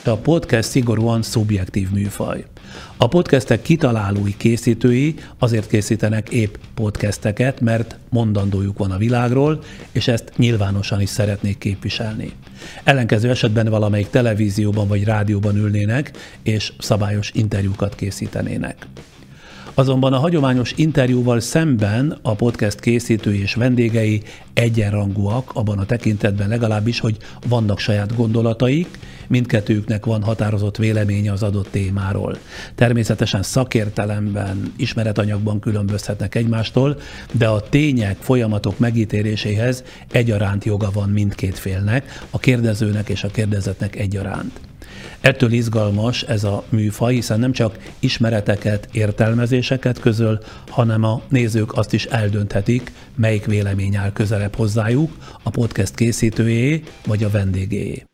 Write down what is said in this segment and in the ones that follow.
A podcast szigorúan szubjektív műfaj. A podcastek kitalálói, készítői azért készítenek épp podcasteket, mert mondandójuk van a világról, és ezt nyilvánosan is szeretnék képviselni. Ellenkező esetben valamelyik televízióban vagy rádióban ülnének, és szabályos interjúkat készítenének. Azonban a hagyományos interjúval szemben a podcast készítői és vendégei egyenrangúak abban a tekintetben legalábbis, hogy vannak saját gondolataik, mindkettőjüknek van határozott véleménye az adott témáról. Természetesen szakértelemben, ismeretanyagban különbözhetnek egymástól, de a tények, folyamatok megítéléséhez egyaránt joga van mindkét félnek, a kérdezőnek és a kérdezettnek egyaránt. Ettől izgalmas ez a műfaj, hiszen nem csak ismereteket, értelmezéseket közöl, hanem a nézők azt is eldönthetik, melyik vélemény áll közelebb hozzájuk, a podcast készítőjé vagy a vendégéjé.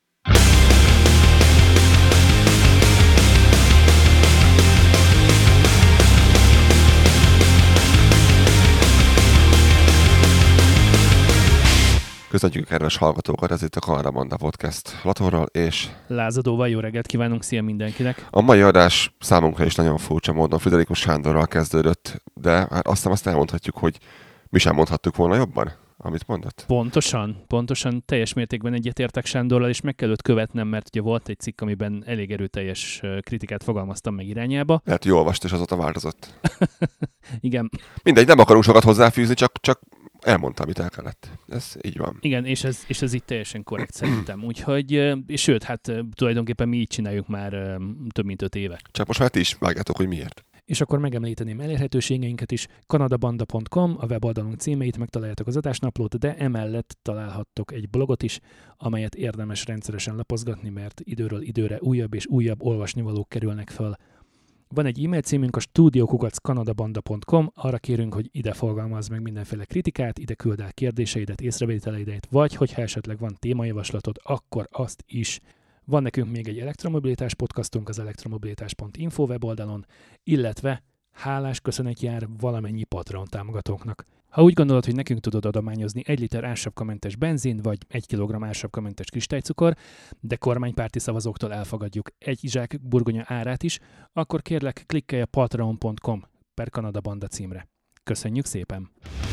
Köszönjük a kedves hallgatókat, ez itt a Kanada Banda Podcast Latorral és Lázadóval. Jó reggelt kívánunk, szia mindenkinek! A mai adás számunkra is nagyon furcsa módon Friderikus Sándorral kezdődött, de hát azt elmondhatjuk, hogy mi sem mondhattuk volna jobban, amit mondott. Pontosan teljes mértékben egyetértek Sándorral, és meg kellett követnem, mert ugye volt egy cikk, amiben elég erőteljes kritikát fogalmaztam meg irányába. Lehet, hogy olvast, és azóta változott. Igen. Mindegy, nem akarunk sokat hozzáfűzni, csak elmondta, amit el kellett. Ez így van. Igen, és ez így teljesen korrekt szerintem. Úgyhogy, és sőt, hát tulajdonképpen mi így csináljuk már több mint 5 éve. Csak most már ti is vágjátok, hogy miért. És akkor megemlíteném elérhetőségeinket is. kanadabanda.com, a weboldalunk címeit, megtaláljátok az adásnaplót, de emellett találhattok egy blogot is, amelyet érdemes rendszeresen lapozgatni, mert időről időre újabb és újabb olvasnivalók kerülnek föl. Van egy e-mail címünk, a studio@kanadabanda.com, arra kérünk, hogy ide fogalmazz meg mindenféle kritikát, ide küld el kérdéseidet, észrevételeidet, vagy hogyha esetleg van témajavaslatod, akkor azt is. Van nekünk még egy elektromobilitás podcastunk az elektromobilitás.info weboldalon, illetve hálás köszönet jár valamennyi Patreon támogatóknak. Ha úgy gondolod, hogy nekünk tudod adományozni 1 liter ársapkamentes benzin, vagy 1 kg ársapkamentes kristálycukor, de kormánypárti szavazóktól elfogadjuk egy zsák burgonya árát is, akkor kérlek klikkelj a patreon.com/Kanada Banda címre. Köszönjük szépen!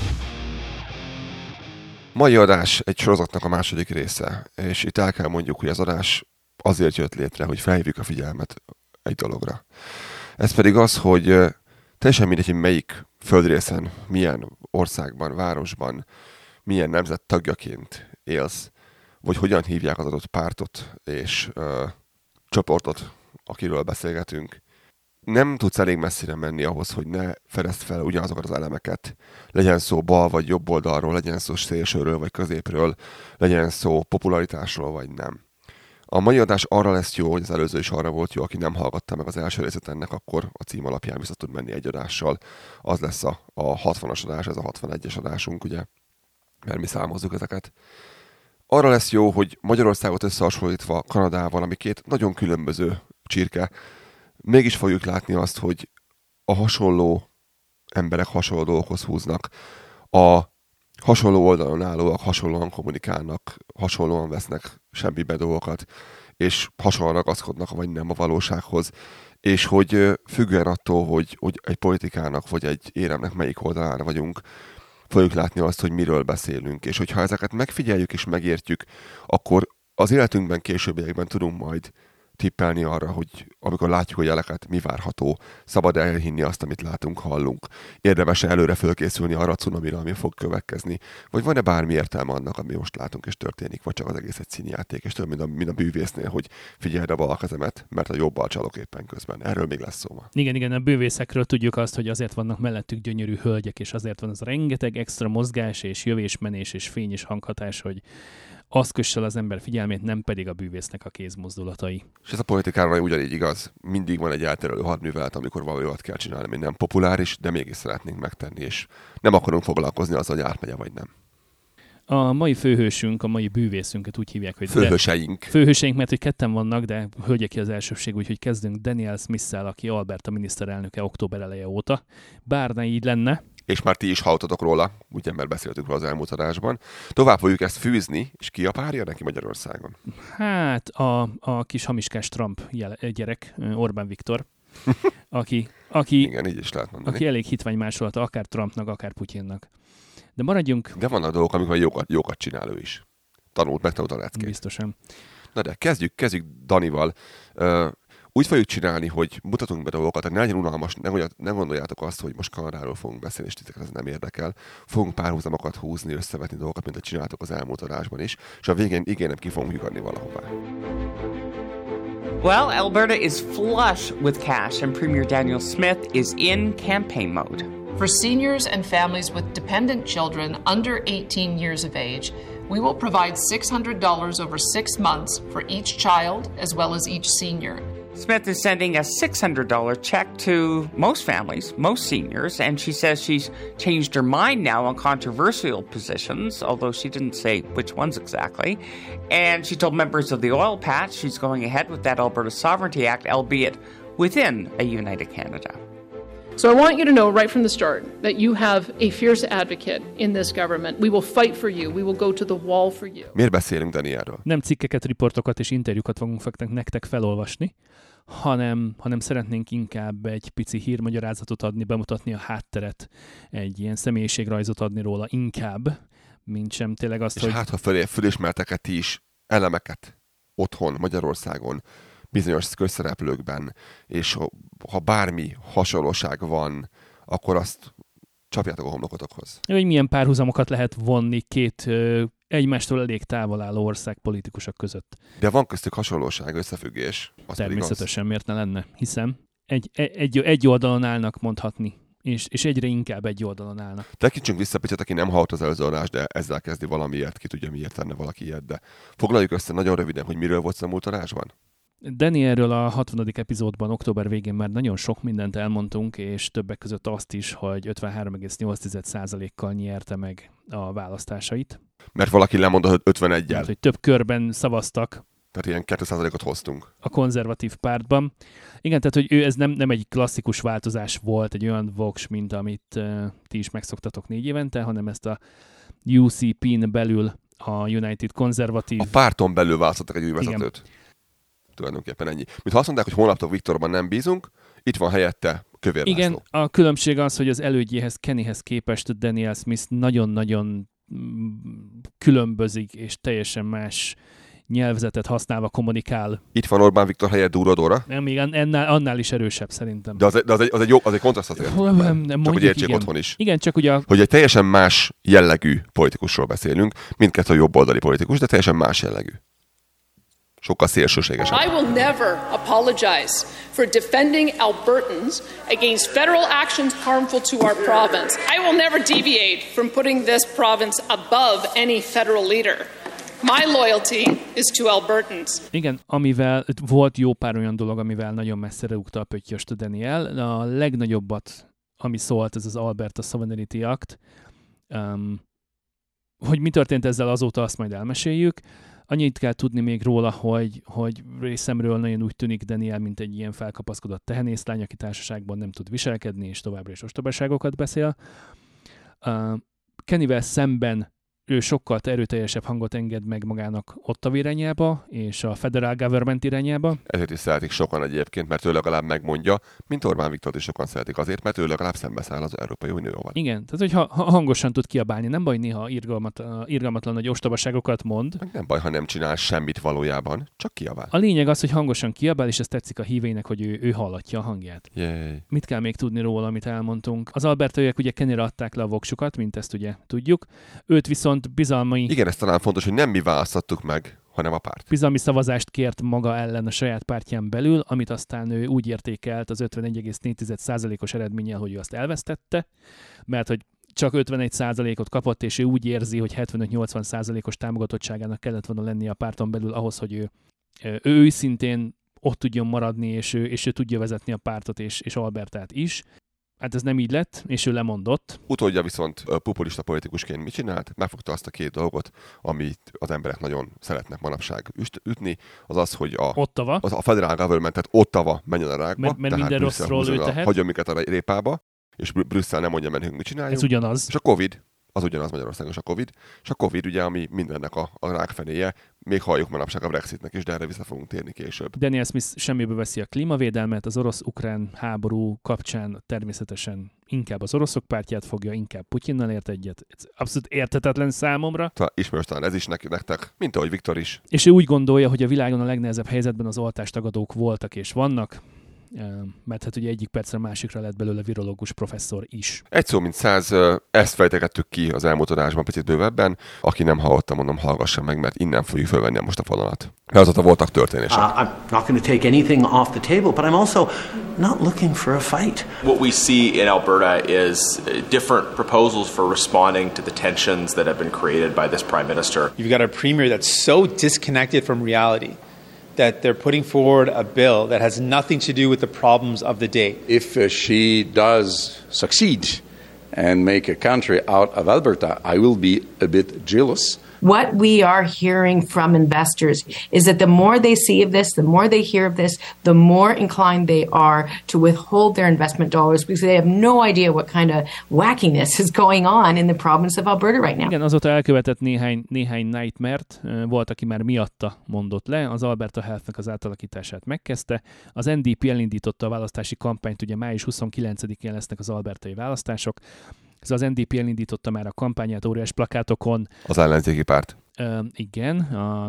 Mai adás egy sorozatnak a második része, és itt el kell mondjuk, hogy az adás azért jött létre, hogy felhívjuk a figyelmet egy dologra. Ez pedig az, hogy teljesen mindegy, hogy melyik földrészen, milyen országban, városban, milyen nemzet tagjaként élsz, vagy hogyan hívják az adott pártot és csoportot, akiről beszélgetünk. Nem tudsz elég messzire menni ahhoz, hogy ne fedezd fel ugyanazokat az elemeket. Legyen szó bal vagy jobb oldalról, legyen szó szélsőről vagy középről, legyen szó popularitásról vagy nem. A mai adás arra lesz jó, hogy az előző is arra volt jó, aki nem hallgatta meg az első részét ennek, akkor a cím alapján vissza tud menni egy adással. Az lesz a 60-as adás, ez a 61-es adásunk, ugye, mert mi számozzuk ezeket. Arra lesz jó, hogy Magyarországot összehasonlítva Kanadával, ami két nagyon különböző csirke, mégis fogjuk látni azt, hogy a hasonló emberek hasonló dolgokhoz húznak, a hasonló oldalon állóak hasonlóan kommunikálnak, hasonlóan vesznek semmibe dolgokat, és hasonlóan ragaszkodnak, vagy nem a valósághoz, és hogy függően attól, hogy egy politikának, vagy egy éremnek melyik oldalán vagyunk, fogjuk látni azt, hogy miről beszélünk, és hogyha ezeket megfigyeljük és megértjük, akkor az életünkben későbbiekben tudunk majd tippelni arra, hogy amikor látjuk a jeleket, mi várható, szabad elhinni azt, amit látunk, hallunk. Érdemes előre fölkészülni arra a cunamira, ami fog következni, vagy van-e bármi értelme annak, ami most látunk és történik, vagy csak az egész egy színjáték, és több, mint a bűvésznél, hogy figyeld a bal kezemet, mert a jobbal csalok éppen közben. Erről még lesz szó ma. Igen, a bűvészekről tudjuk azt, hogy azért vannak mellettük gyönyörű hölgyek, és azért van az rengeteg extra mozgás, és jövésmenés, és fény és hanghatás, hogy az kösse az ember figyelmét, nem pedig a bűvésznek a kézmozdulatai. És ez a politikára ugyanígy igaz. Mindig van egy elterelő hadművelet, amikor valami olyat kell csinálni, ami nem populáris, de mégis szeretnénk megtenni, és nem akarunk foglalkozni azzal, hogy átmegye vagy nem. A mai főhősünk, a mai bűvészünket úgy hívják, hogy... Főhőseink, mert hogy ketten vannak, de hölgyeké az elsőbség, úgyhogy kezdünk Danielle Smith-szel, aki Alberta miniszterelnöke október eleje óta. Bár ne így lenne. És már ti is hallottatok róla, ugye, mert beszéltünk róla az elmúlt adásban. Tovább fogjuk ezt fűzni, és ki a párja neki Magyarországon? Hát a kis hamiskás Trump gyerek, Orbán Viktor, aki igen, így is lehet mondani. Aki elég hitványmásolata akár Trumpnak, akár Putyinnak. De maradjunk... De vannak dolgok, amikor jókat csinál ő is. Megtanult a leckét. Biztosan. Na de kezdjük Danival. Úgy fogjuk csinálni, hogy mutatunk be dolgokat, ne legyen unalmas, ne gondoljátok azt, hogy most Kanadáról fogunk beszélni, és titeket ez nem érdekel. Fogunk párhuzamokat húzni, összevetni dolgokat, mint csináltok az elmúlt adásban is, és a végén igényem ki fogunk lyukadni valahová. Well, Alberta is flush with cash, and Premier Danielle Smith is in campaign mode. For seniors and families with dependent children under 18 years of age, we will provide $600 over 6 months for each child as well as each senior. Smith is sending a $600 check to most families, most seniors, and she says she's changed her mind now on controversial positions, although she didn't say which ones exactly. And she told members of the oil patch she's going ahead with that Alberta Sovereignty Act, albeit within a united Canada. So I want you to know right from the start that you have a fierce advocate in this government. We will fight for you. We will go to the wall for you. Miért beszélünk Danielről? Nem cikkeket, riportokat és interjúkat fogunk nektek felolvasni, hanem szeretnénk inkább egy pici hírmagyarázatot adni, bemutatni a hátteret, egy ilyen személyiségrajzot adni róla inkább, mint sem tényleg azt, és hogy... hát, ha fölismertek ti is elemeket otthon, Magyarországon, bizonyos közszereplőkben, és ha bármi hasonlóság van, akkor azt csapjátok a homlokotokhoz. Hogy milyen párhuzamokat lehet vonni két egymástól elég távol álló ország politikusok között. De van köztük hasonlóság, összefüggés. Természetesen miért ne lenne, hiszem egy oldalon állnak mondhatni, és egyre inkább egy oldalon állnak. Tekintsünk vissza picit, aki nem hallott az előző adást, de ezzel kezdi valamiért, ki tudja miért tenne valaki ilyet, de foglaljuk össze nagyon röviden, hogy miről volt a múlt adásban. Danielről a 60. epizódban október végén már nagyon sok mindent elmondtunk, és többek között azt is, hogy 53,8%-kal nyerte meg a választásait. Mert valaki lemondott 51-jel. Tehát, hogy több körben szavaztak. Tehát ilyen 2%-ot hoztunk. A konzervatív pártban. Igen, tehát, hogy ez nem egy klasszikus változás volt, egy olyan voks, mint amit ti is megszoktatok 4 évente, hanem ezt a UCP-n belül a United Conservative... A párton belül választottak egy új vezetőt. Igen. Tulajdonképpen ennyi. Mint ha azt mondták, hogy holnaptól Viktorban nem bízunk, itt van helyette Kövér Igen, László. a különbség az, hogy az elődjéhez, Kennyhez képest Danielle Smith nagyon-nagyon különbözik, és teljesen más nyelvezetet használva kommunikál. Itt van Orbán Viktor helyett Dúró Dóra. Nem, igen, annál is erősebb szerintem. De az egy kontraszt azért. Csak hogy értsék otthon is. Igen, csak ugye... Hogy egy teljesen más jellegű politikusról beszélünk, mindkettő jobboldali politikus, de teljesen más jellegű. Sokkal szélsőségesebb. I will never apologize for defending Albertans against federal actions harmful to our province. I will never deviate from putting this province above any federal leader. My loyalty is to Albertans. Igen, amivel volt jó pár olyan dolog, amivel nagyon messzire rúgta a pöttyöst Danielle. A legnagyobbat, ami szólt, ez az Alberta Sovereignty Act. Hogy mi történt ezzel azóta, azt majd elmeséljük. Annyit kell tudni még róla, hogy részemről nagyon úgy tűnik Danielle, mint egy ilyen felkapaszkodott tehenészlány, aki társaságban nem tud viselkedni, és továbbra is ostobaságokat beszél. Kennyvel szemben ő sokkal erőteljesebb hangot enged meg magának Ottawa irányába, és a federal government irányába. Ezért is szeretik sokan egyébként, mert ő legalább megmondja, mint Orbán Viktort is sokan szeretik azért, mert ő legalább szembeszáll az Európai Unióval. Igen, tehát hogyha hangosan tud kiabálni, nem baj, néha irgalmatlan nagy ostobaságokat mond. Nem baj, ha nem csinál semmit valójában, csak kiabál. A lényeg az, hogy hangosan kiabál, és ez tetszik a híveinek, hogy ő hallatja a hangját. Yay. Mit kell még tudni róla, amit elmondtunk? Az albertaiak ugye Kennyre adták le a voksukat, mint ezt ugye tudjuk. Őt viszont bizalmi... Igen, ez talán fontos, hogy nem mi választottuk meg, hanem a párt. Bizalmi szavazást kért maga ellen a saját pártján belül, amit aztán ő úgy értékelt az 51,4%-os eredménnyel, hogy ő azt elvesztette, mert hogy csak 51%-ot kapott, és ő úgy érzi, hogy 75-80%-os támogatottságának kellett volna lennie a párton belül ahhoz, hogy ő őszintén ott tudjon maradni, és ő tudja vezetni a pártot és Albertát is. Hát ez nem így lett, és ő lemondott. Utódja viszont populista politikusként mit csinált? Megfogta azt a 2 dolgot, amit az emberek nagyon szeretnek manapság ütni, az az, hogy a federal government, tehát Ottawa menjen a rákba, mert minden rosszról ő tehet. Hagyjon minket a répába, és Brüsszel nem mondja meg, hogy mit csináljunk. Ez ugyanaz. És a Covid, az ugyanaz Magyarországon is a Covid, és a Covid ugye, ami mindennek a rákfenéje, még halljuk manapság a Brexitnek is, de erre vissza fogunk térni később. Daniel Smith semmibe veszi a klímavédelmet, az orosz-ukrán háború kapcsán természetesen inkább az oroszok pártját fogja, inkább Putyinnal ért egyet. Ez abszolút érthetetlen számomra. Ismerős talán ez is nektek, mint ahogy Viktor is. És ő úgy gondolja, hogy a világon a legnehezebb helyzetben az oltástagadók voltak és vannak, mert hát ugye egyik percre másikra lett belőle virológus professzor is. Egy szó mint 100, ezt fejtegettük ki az elmúlt adásban picit bővebben. Aki nem hallotta, mondom, hallgassa meg, mert innen fogjuk fölvenni most a fonalat. Azóta voltak történések. I'm not going to take anything off the table, but I'm also not looking for a fight. What we see in Alberta is different proposals for responding to the tensions that have been created by this Prime Minister. You've got a premier that's so disconnected from reality that they're putting forward a bill that has nothing to do with the problems of the day. If she does succeed and make a country out of Alberta, I will be a bit jealous. What we are hearing from investors is that the more they see of this, the more they hear of this, the more inclined they are to withhold their investment dollars because they have no idea what kind of wackiness is going on in the province of Alberta right now. Igen, azóta elkövetett néhány nightmare-t, volt, aki már miatta mondott le, az Alberta Health-nek az átalakítását megkezdte, az NDP elindította a választási kampányt, ugye május 29-én lesznek az albertai választások, ez az NDP elindította már a kampányát óriás plakátokon. Az ellenzéki párt. Igen, a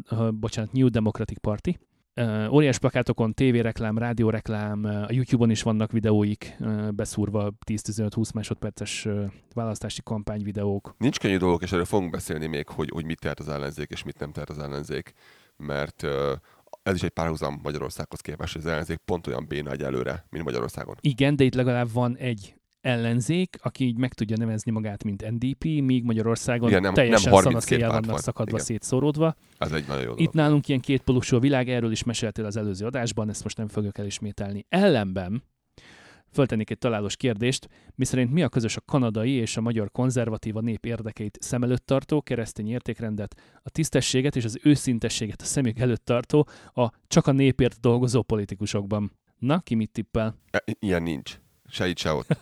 New Democratic Party. Óriás plakátokon, tévéreklám, rádióreklám, a YouTube-on is vannak videóik beszúrva, 10-15-20 másodperces választási kampányvideók. Nincs könnyű dolgok, és erről fogunk beszélni még, hogy mit tehet az ellenzék, és mit nem tehet az ellenzék, mert ez is egy párhuzam Magyarországhoz képest, hogy az ellenzék pont olyan béna egy előre, mint Magyarországon. Igen, de itt legalább van egy ellenzék, aki így meg tudja nevezni magát, mint NDP, míg Magyarországon igen, teljesen szanaszéjjel vannak szakadva, igen. Szétszóródva. Ez egy nagyon jó dolog. Itt nálunk ilyen kétpólusú a világ, erről is meséltél az előző adásban, ezt most nem fogok elismételni. Ellenben föltennék egy találós kérdést, miszerint mi a közös a kanadai és a magyar konzervatív, a nép érdekeit szem előtt tartó, keresztény értékrendet, a tisztességet és az őszintességet a szemük előtt tartó, csak a népért dolgozó politikusokban. Na, ki mit tippel? Ilyen nincs. Se itt, se ott.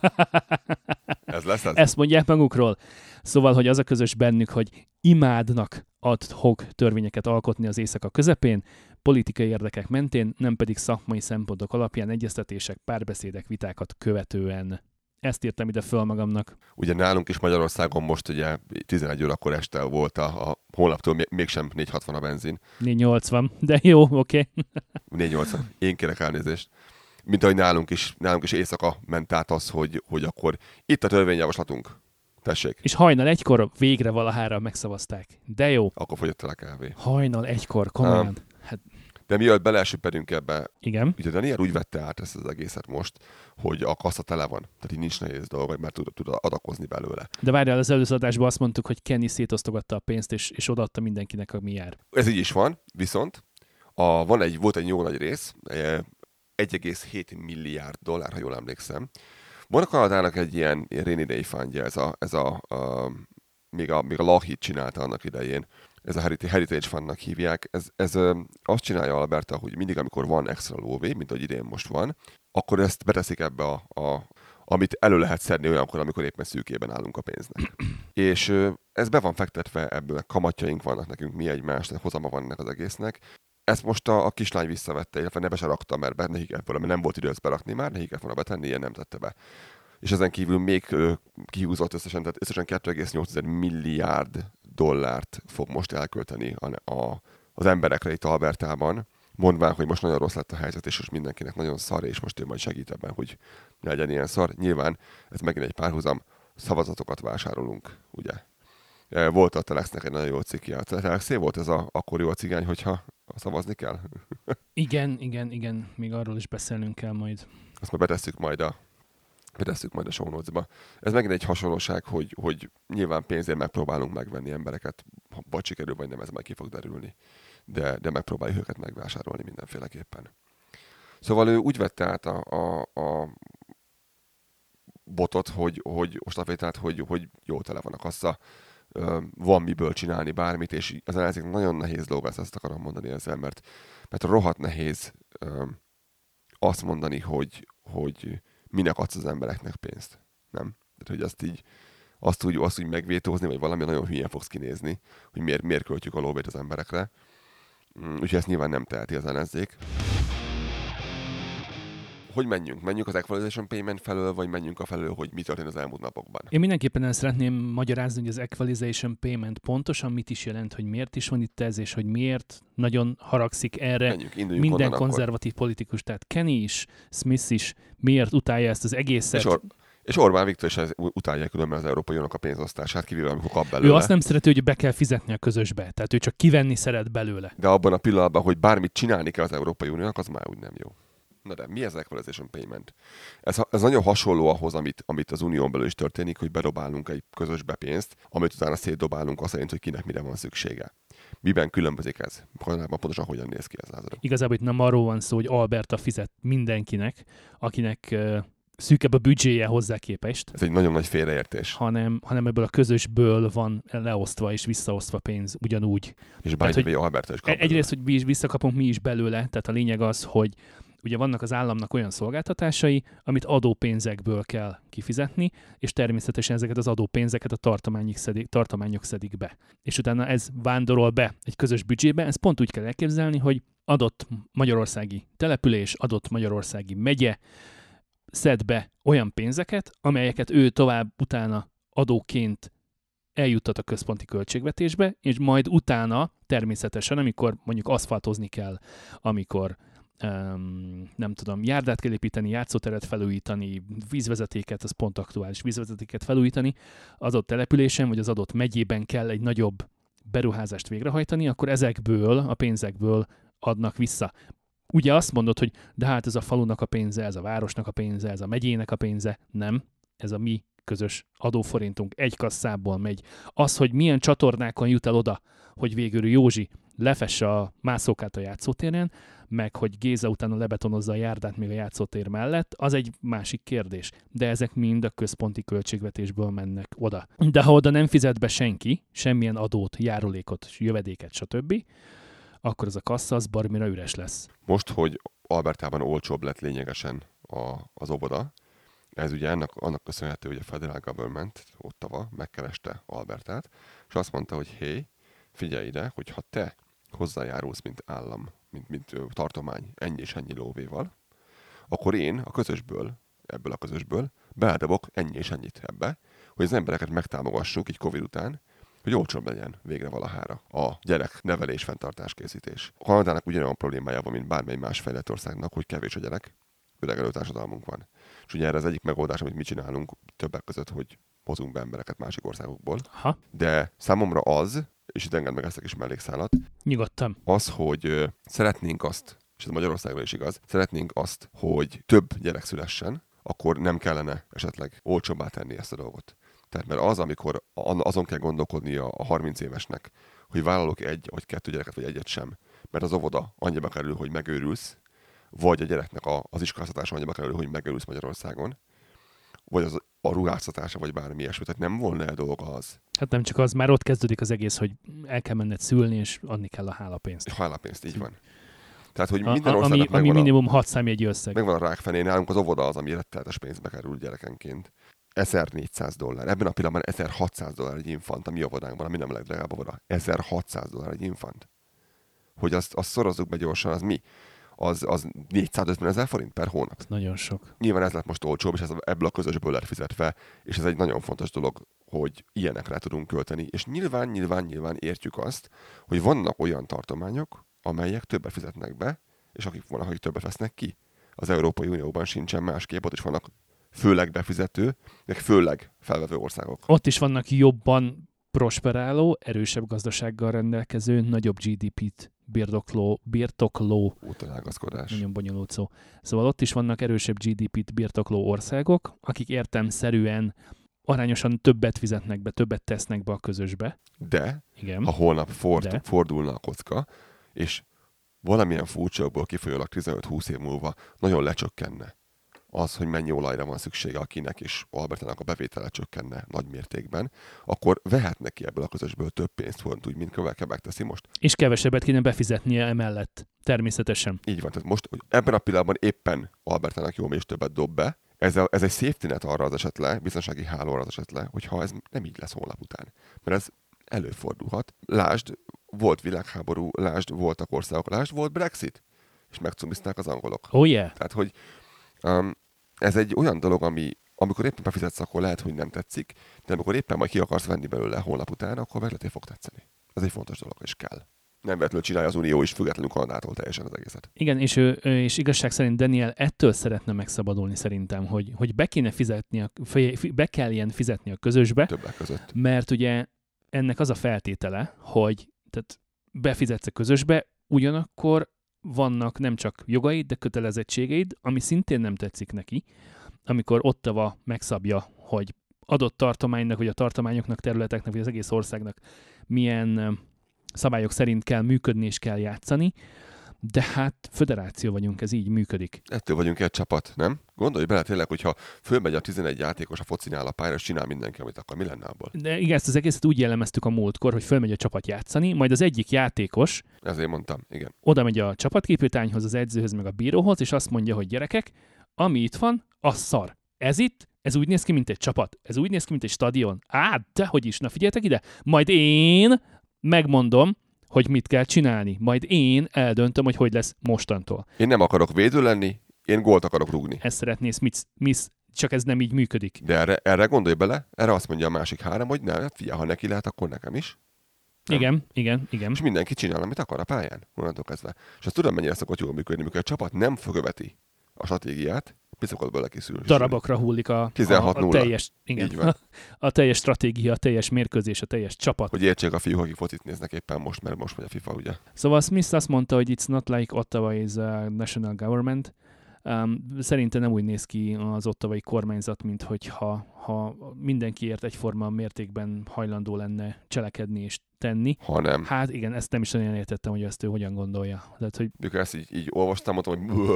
Ez lesz ez? Ezt mondják magukról. Szóval, hogy az a közös bennük, hogy imádnak ad hoc törvényeket alkotni az éjszaka közepén, politikai érdekek mentén, nem pedig szakmai szempontok alapján egyeztetések, párbeszédek, vitákat követően. Ezt írtam ide föl magamnak. Ugye nálunk is Magyarországon most ugye 11 órakor este volt a holnaptól mégsem 4,60 a benzin. 4,80, de jó, oké. 4,80. Én kérek elnézést. Mint ahogy nálunk is éjszaka ment át az, hogy akkor itt a törvényjavaslatunk. Tessék. És hajnal 1-kor végre valahára megszavazták. De jó. Akkor fogyott el a kávé. Hajnal 1-kor, komolyan. De mielőtt beleesüppedünk ebbe, igen. Ugye Daniel úgy vette át ezt az egészet most, hogy a kassa tele van. Tehát így nincs nehéz dolog, mert tud adakozni belőle. De várjál, az előző adásban azt mondtuk, hogy Kenny szétosztogatta a pénzt, és odaadta mindenkinek, ami jár. Ez így is van, viszont volt egy jó nagy rész, 1,7 milliárd dollár, ha jól emlékszem. Van a Kanadának egy ilyen rainy day fundja, még a Lockheed csinálta annak idején. Ez a Heritage Fundnak hívják. Ez azt csinálja Alberta, hogy mindig, amikor van extra lóvé, mint ahogy idén most van, akkor ezt beteszik ebbe amit elő lehet szedni olyankor, amikor éppen szűkében állunk a pénznek. És ez be van fektetve, ebből kamatjaink vannak nekünk, mi egymás, hozama van ennek az egésznek. Ezt most a kislány visszavette, illetve ne be se rakta, mert nem volt idő ezt berakni már, neki kellett volna betenni, ilyen nem tette be. És ezen kívül még kihúzott összesen, tehát összesen 2,8 milliárd dollárt fog most elkölteni az emberekre itt Albertában, mondván, hogy most nagyon rossz lett a helyzet, és most mindenkinek nagyon szar, és most ő majd segít ebben, hogy ne legyen ilyen szar. Nyilván ez megint egy párhuzam, szavazatokat vásárolunk, ugye. Volt a Telexnek egy nagyon jó cikkje. A Telexé volt ez akkor jó a cigány, hogyha szavazni kell? Igen. Még arról is beszélnünk kell majd. Azt már betesszük majd a show notes-ba. Ez megint egy hasonlóság, hogy nyilván pénzért megpróbálunk megvenni embereket, vagy sikerül, vagy nem, ez meg ki fog derülni. De megpróbáljuk őket megvásárolni mindenféleképpen. Szóval ő úgy vette át a botot, hogy stafétát, hogy jó tele van a kassa, van miből csinálni bármit, és az ellenzéknek nagyon nehéz dolga, ezt akarom mondani ezzel, mert rohadt nehéz azt mondani, hogy minek adsz az embereknek pénzt. Nem? Tehát, hogy azt úgy megvétózni, vagy valami nagyon hülyén fogsz kinézni, hogy miért költjük a lóvét az emberekre. Úgyhogy ezt nyilván nem teheti az ellenzék. Hogy menjünk? Menjünk az equalization payment felől, vagy menjünk a felől, hogy mi történt az elmúlt napokban? Én mindenképpen el szeretném magyarázni, hogy az equalization payment pontosan mit is jelent, hogy miért is van itt ez, és hogy miért nagyon haragszik erre minden konzervatív politikus. Tehát Kenny is, Smith is miért utálja ezt az egészet. És Orbán Viktor is utálja különben az Európai Uniónak a pénzosztását, kivéve amikor kap belőle. Ő azt nem szereti, hogy be kell fizetni a közösbe, tehát ő csak kivenni szeret belőle. De abban a pillanatban, hogy bármit csinálni kell az Európai Uniónak, az már úgy nem jó. Na de mi ez az equalization payment? Ez nagyon hasonló ahhoz, amit az unión belül is történik, hogy bedobálunk egy közösbe pénzt, amit utána szétdobálunk azt szerint, hogy kinek mire van szüksége. Miben különbözik ez? Pontosan hogyan néz ki ez, Lázaro? Igazából itt nem arról van szó, hogy Alberta fizet mindenkinek, akinek szűkebb a büdzséje hozzá képest. Ez egy nagyon nagy félreértés. Hanem ebből a közösből van leosztva és visszaosztva pénz ugyanúgy. És bármi Alberta is kap. Egyrészt, hogy mi is visszakapunk mi is belőle, tehát a lényeg az, hogy ugye vannak az államnak olyan szolgáltatásai, amit adópénzekből kell kifizetni, és természetesen ezeket az adópénzeket a tartományok szedik be. És utána ez vándorol be egy közös büdzsébe, ezt pont úgy kell elképzelni, hogy adott magyarországi település, adott magyarországi megye szed be olyan pénzeket, amelyeket ő tovább utána adóként eljuttat a központi költségvetésbe, és majd utána természetesen, amikor mondjuk aszfaltozni kell, amikor nem tudom, járdát kell építeni, játszóteret felújítani, vízvezetéket, az pont aktuális vízvezetéket felújítani, az adott településen, vagy az adott megyében kell egy nagyobb beruházást végrehajtani, akkor ezekből, a pénzekből adnak vissza. Ugye azt mondod, hogy de hát ez a falunak a pénze, ez a városnak a pénze, ez a megyének a pénze. Nem, ez a mi közös adóforintunk egy kasszából megy. Az, hogy milyen csatornákon jut el oda, hogy végül Józsi lefesse a mászókát a játszótéren, meg hogy Géza utána lebetonozza a járdát még a játszótér mellett, az egy másik kérdés. De ezek mind a központi költségvetésből mennek oda. De ha oda nem fizet be senki, semmilyen adót, járulékot, jövedéket, stb., akkor az a kassa az barmira üres lesz. Most, hogy Albertában olcsóbb lett lényegesen az óvoda, ez ugye annak köszönhető, hogy a Federal Government Ottawa megkereste Albertát, és azt mondta, hogy hé, figyelj ide, hogy ha te hozzájárulsz, mint állam, mint tartomány ennyi és ennyi lóvéval, akkor én ebből a közösből beledobok ennyi és ennyit ebbe, hogy az embereket megtámogassuk így Covid után, hogy olcsóbb legyen végre valahára a gyerek nevelés, fenntartás, készítés. A Kanadának ugyanolyan problémája van, mint bármely más fejlett országnak, hogy kevés a gyerek, öregelő társadalmunk van. És ugye erre az egyik megoldás, amit mi csinálunk többek között, hogy hozunk be embereket másik országokból. Ha. De számomra az, és itt engedd meg ezt a kis mellékszálat, nyugodtan. Az, hogy szeretnénk azt, és ez Magyarországra is igaz, szeretnénk azt, hogy több gyerek szülessen, akkor nem kellene esetleg olcsóbbá tenni ezt a dolgot. Tehát mert az, amikor azon kell gondolkodnia a 30 évesnek, hogy vállalok egy vagy kettő gyereket, vagy egyet sem, mert az óvoda annyiba kerül, hogy megőrülsz, vagy a gyereknek az iskoláztatása annyiba kerül, hogy megőrülsz Magyarországon, vagy a ruháztatása, vagy bármi ilyesmi. Tehát nem volna el dolga az. Hát nem csak az, már ott kezdődik az egész, hogy el kell menned szülni, és adni kell a hálapénzt. A hálapénzt, így van. Tehát, hogy minden országnak ami minimum 6 számjegyű összeg. Megvan a rákfenén, nálunk az óvoda az, ami rettenetes pénzbe kerül gyerekenként. $1400. Ebben a pillanatban $1600 egy infant a mi óvodánkban, ami nem a legdrágább óvoda. $1600 egy infant. Hogy azt szorozzuk be gyorsan, az mi? Az 450 000 forint per hónap. Ez nagyon sok. Nyilván ez lett most olcsóbb, és ez ebből a közösből lett fizetve, és ez egy nagyon fontos dolog, hogy ilyenekre tudunk költeni. És nyilván értjük azt, hogy vannak olyan tartományok, amelyek többet fizetnek be, és akik többet vesznek ki. Az Európai Unióban sincsen másképp, ott is vannak főleg befizető, meg főleg felvevő országok. Ott is vannak jobban prosperáló, erősebb gazdasággal rendelkező, nagyobb GDP-t birtokló útalágazkodás. Nagyon bonyolult szó. Szóval ott is vannak erősebb GDP-t birtokló országok, akik értelemszerűen arányosan többet fizetnek be, többet tesznek be a közösbe. De, igen. Ha holnap fordulna a kocka, és valamilyen furcsából kifolyólag 15-20 év múlva nagyon lecsökkenne az, hogy mennyi olajra van szüksége akinek, és Albertának a bevétele csökkenne nagy mértékben, akkor vehetnek ki ebből a közösből több pénzt, úgy, mint Quebec teszi most. És kevesebbet kéne befizetnie emellett, természetesen. Így van, tehát most ebben a pillanatban éppen Albertának jó és többet dob be, ez egy safety net arra az esetre, biztonsági hálóra az esetre, hogyha ez nem így lesz holnap után. Mert ez előfordulhat. Lásd, volt világháború, lásd, voltak országok, lásd, volt Brexit, és megcumizták az angolok. Oh yeah. Tehát, hogy ez egy olyan dolog, amikor éppen befizetsz, akkor lehet, hogy nem tetszik, de amikor éppen majd ki akarsz venni belőle holnap után, akkor meg fog tetszeni. Ez egy fontos dolog, és kell. Nem véletlenül csinálja az Unió is, függetlenül Kanadától teljesen az egészet. Igen, és igazság szerint Daniel ettől szeretne megszabadulni szerintem, hogy be kelljen fizetni a közösbe. Többek között. Mert ugye ennek az a feltétele, hogy tehát befizetsz a közösbe, ugyanakkor vannak nem csak jogaid, de kötelezettségeid, ami szintén nem tetszik neki, amikor Ottawa megszabja, hogy adott tartománynak, vagy a tartományoknak, területeknek, vagy az egész országnak milyen szabályok szerint kell működni és kell játszani, de hát föderáció vagyunk, ez így működik. Ettől vagyunk egy csapat, nem? Gondolj bele tényleg, hogyha fölmegy a 11 játékos a focinál a pályára, és csinál mindenki, amit akar, mi lenne abból? De igen, ezt az egészet úgy jellemeztük a múltkor, hogy fölmegy a csapat játszani, majd az egyik játékos ezért mondtam, igen. Oda megy a csapatképítányhoz, az edzőhöz, meg a bíróhoz, és azt mondja, hogy gyerekek, ami itt van, az szar. Ez úgy néz ki, mint egy csapat. Ez úgy néz ki, mint egy stadion. Dehogy is, na figyeljetek ide, majd én megmondom, hogy mit kell csinálni. Majd én eldöntöm, hogy lesz mostantól. Én nem akarok védő lenni, én gólt akarok rúgni. Ezt szeretné Smith, csak ez nem így működik. De erre gondolj bele, erre azt mondja a másik három, hogy ne, figyelj, ha neki lehet, akkor nekem is. Nem? Igen. És mindenki csinál, amit akar a pályán, onnantól kezdve. És azt tudom, mennyire szokott jól működni, amikor a csapat nem követi a stratégiát, szokott belekészülni. Darabokra hullik a teljes, igen, a teljes stratégia, a teljes mérkőzés, a teljes csapat. Hogy értsék a fiúk, akik focit néznek éppen most, mert most megy a FIFA, ugye? Szóval Smith azt mondta, hogy it's not like Ottawa is a national government. Szerintem nem úgy néz ki az ottawai kormányzat, mint hogyha mindenkiért egyforma mértékben hajlandó lenne cselekedni és tenni. Hanem. Hát igen, ezt nem is nagyon értettem, hogy ezt ő hogyan gondolja. Tehát, hogy... Mikor ezt így olvastam, mondtam, hogy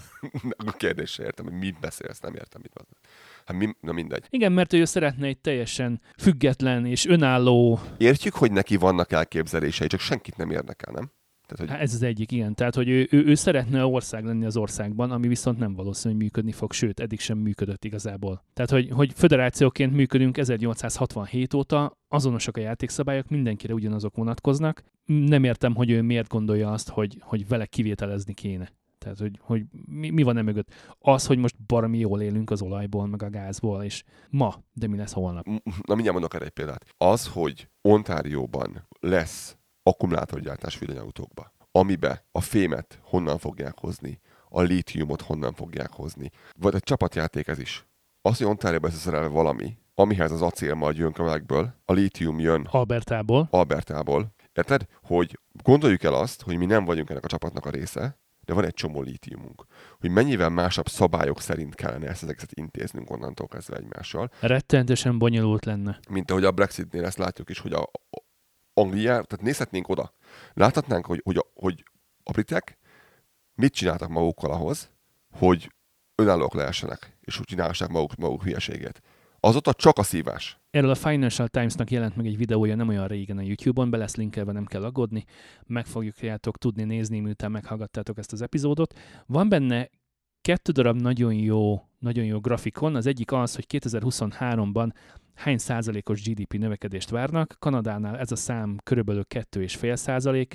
a kérdésre értem, hogy mit beszélsz, nem értem, mit van. Hát na mindegy. Igen, mert ő szeretne egy teljesen független és önálló... Értjük, hogy neki vannak elképzelései, csak senkit nem érdekel, nem? Tehát, hogy... Ez az egyik, igen. Tehát, hogy ő szeretne ország lenni az országban, ami viszont nem valószínű, hogy működni fog, sőt, eddig sem működött igazából. Tehát, hogy föderációként működünk 1867 óta, azonosak a játékszabályok, mindenkire ugyanazok vonatkoznak. Nem értem, hogy ő miért gondolja azt, hogy vele kivételezni kéne. Tehát, hogy mi van mögött? Az, hogy most baromi jól élünk az olajból, meg a gázból, és de mi lesz holnap? Na, mindjárt mondok erre egy példát. Az, hogy Ontárióban lesz akkumulátorgyártás villanyautókba, amibe a fémet honnan fogják hozni, a lítiumot honnan fogják hozni, vagy egy csapatjáték ez is. Az, hogy Ontárióban összeszerelve valami, amihez az acél majd jön kömekből, a lítium jön Albertából. Érted? Hogy gondoljuk el azt, hogy mi nem vagyunk ennek a csapatnak a része, de van egy csomó lítiumunk. Hogy mennyivel másabb szabályok szerint kellene ezt egészet intéznünk onnantól kezdve egymással. Rettentősen bonyolult lenne. Mint ahogy a Brexitnél ezt látjuk is, hogy a Angliára, tehát nézhetnénk oda. Láthatnánk, hogy a britek mit csináltak magukkal ahhoz, hogy önállók lehessenek, és úgy csinálhassák maguk hülyeségét. Azóta csak a szívás. Erről a Financial Times-nak jelent meg egy videója nem olyan régen a YouTube-on, be lesz linkelve, nem kell aggódni, meg fogjátok tudni nézni, miután meghallgattátok ezt az epizódot. Van benne 2 darab nagyon jó grafikon, az egyik az, hogy 2023-ban hány százalékos GDP növekedést várnak. Kanadánál ez a szám körülbelül 2,5%,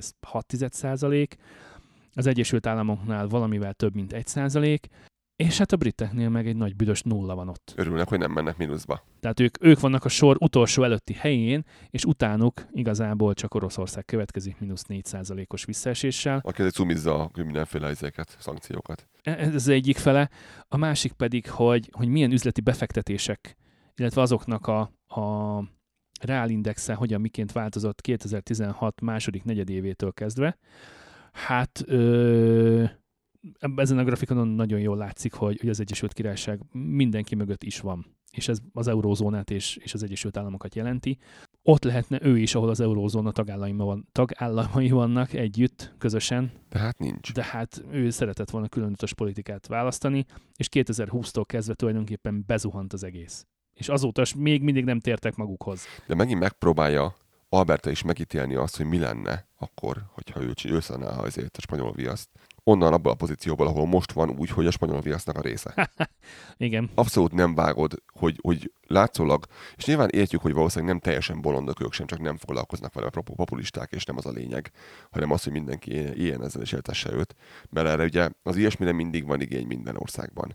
2,6%, az Egyesült Államoknál valamivel több mint 1%, és hát a briteknél meg egy nagy büdös nulla van ott. Örülnek, hogy nem mennek mínuszba. Tehát ők vannak a sor utolsó előtti helyén, és utánuk igazából csak Oroszország következik -4%-os visszaeséssel. Aki azért cumizza mindenféle szankciókat. Ez az egyik fele. A másik pedig, hogy milyen üzleti befektetések, illetve azoknak a reálindexe hogyan miként változott 2016 második negyedévétől kezdve. Hát ezen a grafikonon nagyon jól látszik, hogy az Egyesült Királyság mindenki mögött is van. És ez az eurózónát és az Egyesült Államokat jelenti. Ott lehetne ő is, ahol az eurózóna tagállamai vannak együtt, közösen. De hát nincs. De hát ő szeretett volna különutas politikát választani, és 2020-tól kezdve tulajdonképpen bezuhant az egész. És azóta még mindig nem tértek magukhoz. De megint megpróbálja Alberta is megítélni azt, hogy mi lenne akkor, hogyha ő szanálha azért a spanyol viaszt. onnan abban a pozícióból, ahol most van, úgy, hogy a spanyol viasznak a része. Igen. Abszolút nem vágod, hogy látszólag, és nyilván értjük, hogy valószínűleg nem teljesen bolondok ők sem, csak nem foglalkoznak vele a populisták, és nem az a lényeg, hanem az, hogy mindenki éljen ezzel és éltesse őt, mert erre ugye az ilyesmire mindig van igény minden országban.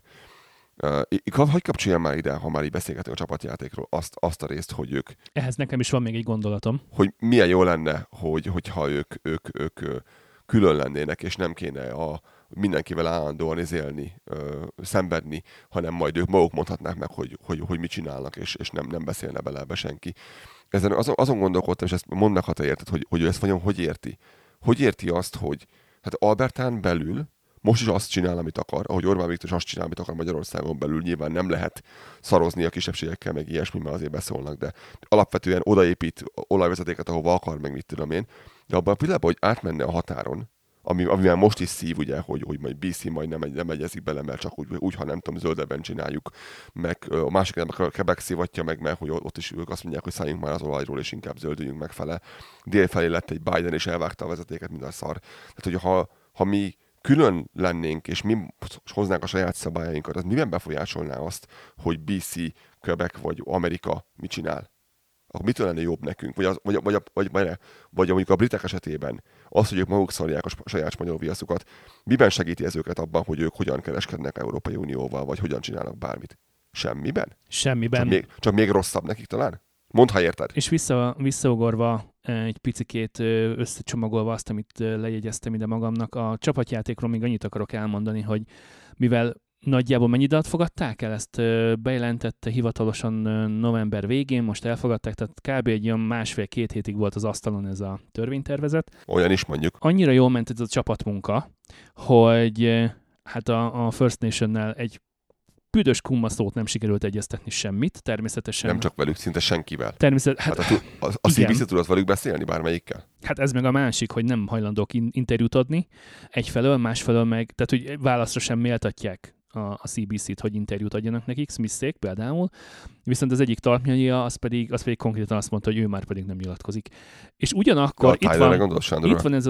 Hogy kapcsoljam már ide, ha már így beszélgetünk a csapatjátékról, azt a részt, hogy ők... Ehhez nekem is van még egy gondolatom. Hogy milyen jó lenne, hogyha ők külön lennének, és nem kéne mindenkivel állandóan élni, szenvedni, hanem majd ők maguk mondhatnák meg, hogy mit csinálnak, és nem beszélne bele ebbe senki. Ezen azon gondolkodtam, és ezt mondd meg, ha te érted, hogy ő ezt vajon hogy érti. Hogy érti azt, hogy hát Albertán belül most is azt csinál, amit akar, ahogy Orbán Viktor is azt csinál, amit akar Magyarországon belül, nyilván nem lehet szarozni a kisebbségekkel, meg ilyesmi, mert azért beszólnak, de alapvetően odaépít olajvezetéket, ahova akar, meg mit tudom én. De abban a pillanatban, hogy átmenne a határon, amivel most is szív, ugye, hogy majd BC majd nem egyezik bele, mert csak úgy, ha nem tudom, zöldebben csináljuk, meg a másik nem a Quebec szivatja meg, mert hogy ott is ők azt mondják, hogy szálljunk már az olajról, és inkább zöldüljünk meg fele. Dél felé lett egy Biden, és elvágta a vezetéket, mint a szar. Tehát, hogy ha mi külön lennénk, és mi hoznánk a saját szabályainkat, az miben befolyásolná azt, hogy BC, Quebec vagy Amerika mit csinál? Akkor mitől lenne jobb nekünk? Vagy mondjuk a britek esetében az, hogy ők maguk szarják a saját spanyol viaszukat, miben segíti ez őket abban, hogy ők hogyan kereskednek Európai Unióval, vagy hogyan csinálnak bármit? Semmiben? Semmiben. Csak még rosszabb nekik talán? Mondd, ha érted. És visszaugorva egy picikét összecsomagolva azt, amit lejegyeztem ide magamnak, a csapatjátékról még annyit akarok elmondani, hogy mivel nagyjából mennyi időt fogadták el? Ezt bejelentette hivatalosan november végén, most elfogadták, tehát kb. Egy olyan 1,5-2 hétig volt az asztalon ez a törvénytervezet. Olyan is mondjuk. Annyira jól ment ez a csapatmunka, hogy hát a First Nationnel egy büdös kummasztót nem sikerült egyeztetni semmit, természetesen. Nem csak velük, szinte senkivel. Természetesen. Hát a CBC tudott velük beszélni bármelyikkel? Hát ez meg a másik, hogy nem hajlandók interjút adni egyfelől, másfelől meg, tehát hogy válaszra sem méltatják a CBC-t, hogy interjút adjanak nekik, Smith-szék például, viszont az egyik talpnyaja az pedig konkrétan azt mondta, hogy ő már pedig nem nyilatkozik. És ugyanakkor itt van ez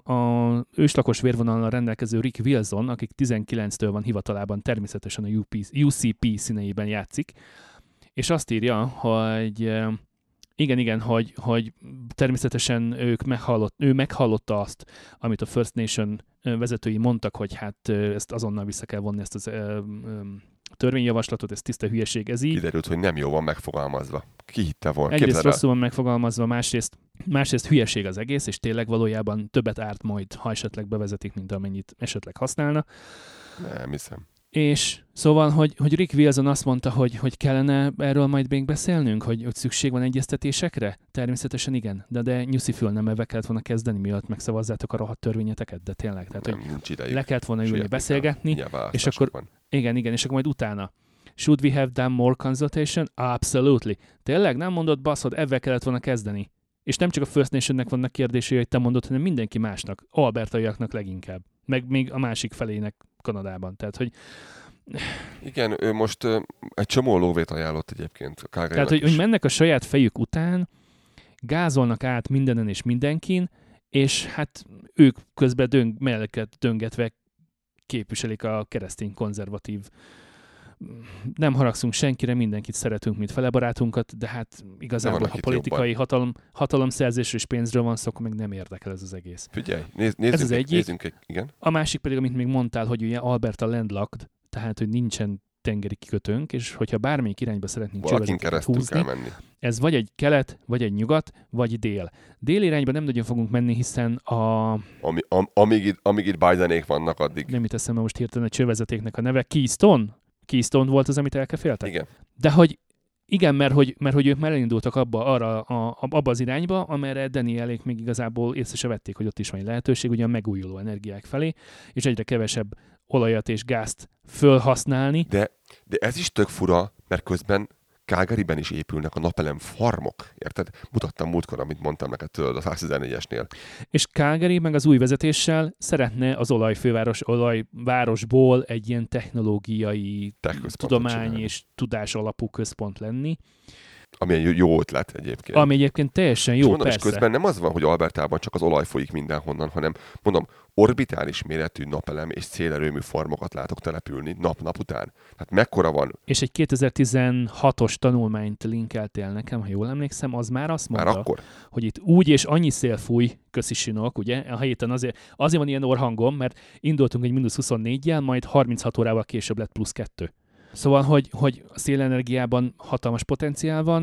a őslakos vérvonallal rendelkező Rick Wilson, akik 19-től van hivatalában, természetesen a UCP színeiben játszik, és azt írja, hogy igen, hogy természetesen ő meghallotta azt, amit a First Nation vezetői mondtak, hogy hát ezt azonnal vissza kell vonni, ezt az törvényjavaslatot, ez tiszta hülyeség, ez így. Kiderült, hogy nem jó van megfogalmazva. Ki hitte volna? Egyrészt rosszul van megfogalmazva, másrészt hülyeség az egész, és tényleg valójában többet árt majd, ha esetleg bevezetik, mint amennyit esetleg használna. Nem hiszem. És szóval, hogy Rick Wilson azt mondta, hogy kellene erről majd még beszélnünk, hogy szükség van egyeztetésekre? Természetesen igen, de nyuszi föl, nem ebbe kellett volna kezdeni, mielőtt megszavazzátok a rohadt törvényeteket, de tényleg. Tehát, nem, hogy le kellett volna ülni, beszélgetni, és akkor, igen, és akkor majd utána. Should we have done more consultation? Absolutely. Tényleg nem mondod, baszod, ebben kellett volna kezdeni. És nem csak a First Nationnek vannak kérdései, hogy te mondod, hanem mindenki másnak, albertaiaknak leginkább, meg még a másik felének Kanadában. Tehát, hogy... Igen, ő most egy csomó lóvét ajánlott egyébként. Tehát, hogy mennek a saját fejük után, gázolnak át mindenen és mindenkin, és hát ők közben melleket döngetve képviselik a keresztény konzervatív. Nem haragszunk senkire, mindenkit szeretünk, mint felebarátunkat, de hát igazából, ha politikai hatalomszerzésről és pénzről van szó, akkor meg nem érdekel ez az egész. Figyelj, nézzünk egy, igen. A másik pedig, amit még mondtál, hogy ugye Alberta landlocked, tehát, hogy nincsen tengeri kikötőnk, és hogyha bármelyik irányba szeretnénk csövezeteket húzni, ez vagy egy kelet, vagy egy nyugat, vagy dél. Dél irányba nem nagyon fogunk menni, hiszen amíg itt Bidenék vannak, addig. Nem itt eszembe most hirtelen a csővezetéknek a neve. Keystone volt az, amit elkeféltek? Igen. De hogy igen, mert hogy ők már elindultak abba az irányba, amerre Danielék még igazából észre se vették, hogy ott is van egy lehetőség, ugye a megújuló energiák felé, és egyre kevesebb olajat és gázt fölhasználni. De ez is tök fura, mert közben Calgaryben is épülnek a napelem farmok, érted? Mutattam múltkor, amit mondtam neked tőled a 114-esnél. És Calgary meg az új vezetéssel szeretne az olajvárosból egy ilyen technológiai tudomány és tudás alapú központ lenni. Ami egy jó ötlet egyébként. Ami egyébként teljesen jó, és persze. És közben nem az van, hogy Albertában csak az olaj folyik mindenhonnan, hanem mondom, orbitális méretű napelem és szélerőmű farmokat látok települni nap-nap után. Hát mekkora van? És egy 2016-os tanulmányt linkeltél nekem, ha jól emlékszem, az már azt mondta, hogy itt úgy és annyi szél fúj, köszi sinok, ugye, a héten azért van ilyen orrhangom, mert indultunk egy -24-jel, majd 36 órával később lett +2. Szóval, hogy a szélenergiában hatalmas potenciál van,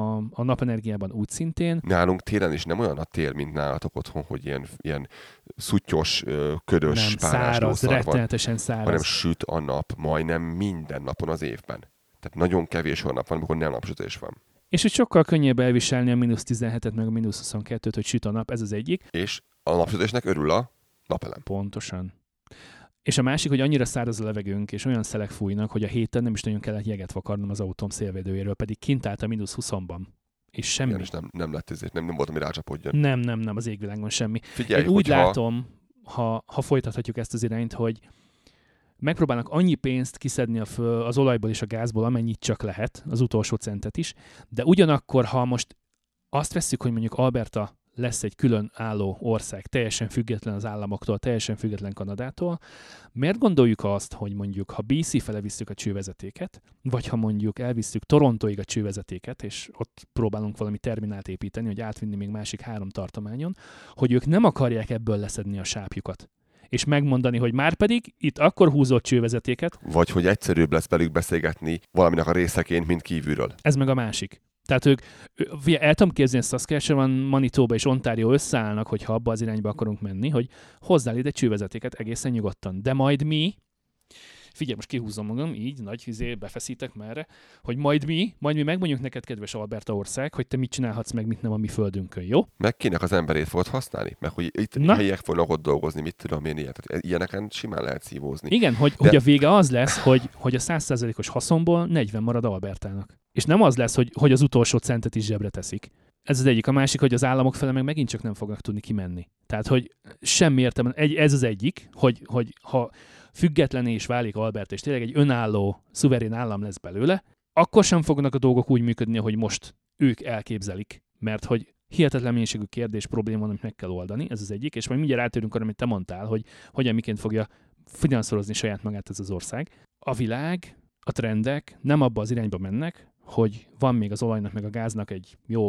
a napenergiában úgy szintén. Nálunk télen is nem olyan a tél, mint nálatok otthon, hogy ilyen szuttyos, ködös, nem, párás száraz, rettenetesen száraz. Hanem süt a nap majdnem minden napon az évben. Tehát nagyon kevés olyan nap van, amikor nem napsütés van. És hogy sokkal könnyebb elviselni a -17-et, meg a -22-t, hogy süt a nap, ez az egyik. És a napsütésnek örül a napelem. Pontosan. És a másik, hogy annyira száraz a levegőnk, és olyan szelek fújnak, hogy a héten nem is nagyon kellett jeget vakarnom az autóm szélvédőjéről, pedig kint állt a -20-ban. És semmi. Igen, és nem lett ezért, nem volt, ami rácsapodjon. Nem, az égvilágon semmi. Figyelj, én úgy látom, ha folytathatjuk ezt az irányt, hogy megpróbálnak annyi pénzt kiszedni az olajból és a gázból, amennyit csak lehet, az utolsó centet is, de ugyanakkor, ha most azt vesszük, hogy mondjuk Alberta lesz egy külön álló ország, teljesen független az államoktól, teljesen független Kanadától, miért gondoljuk azt, hogy mondjuk, ha BC fele visszük a csővezetéket, vagy ha mondjuk elvisszük Torontoig a csővezetéket, és ott próbálunk valami terminált építeni, hogy átvinni még másik 3 tartományon, hogy ők nem akarják ebből leszedni a sápjukat. És megmondani, hogy már pedig itt akkor húzott csővezetéket. Vagy hogy egyszerűbb lesz velük beszélgetni valaminek a részeként, mint kívülről. Ez meg a másik. Tehát ők el tudom képzelni, Saskatchewan, Manitoba és Ontario összeállnak, hogyha abba az irányba akarunk menni, hogy hozzál ide csővezetéket egészen nyugodtan. De majd mi, figyelj, most kihúzom magam, így, nagy befeszítek merre, hogy majd mi megmondjuk neked, kedves Alberta ország, hogy te mit csinálhatsz meg, mit nem a mi földünkön, jó? Meg kinek az emberét fogod használni? Meg hogy itt helyiek fognak ott dolgozni, mit tudom én ilyet. Tehát ilyeneken simán lehet szívózni. Igen, hogy a vége az lesz, hogy a 100%-os haszonból 40 marad Albertának. És nem az lesz, hogy az utolsó centet is zsebre teszik. Ez az egyik. A másik, hogy az államok fele meg megint csak nem fognak tudni kimenni. Tehát, hogy semmi értelme. Ez az egyik, hogy ha függetlené is válik Alberta, és tényleg egy önálló, szuverén állam lesz belőle, akkor sem fognak a dolgok úgy működni, ahogy most ők elképzelik. Mert hogy hihetetlen mennyiségű kérdés, probléma van, amit meg kell oldani, ez az egyik, és majd mindjárt átérünk arra, amit te mondtál, hogy hogyan miként fogja finanszírozni saját magát ez az ország. A világ, a trendek nem abba az irányba mennek, hogy van még az olajnak meg a gáznak egy jó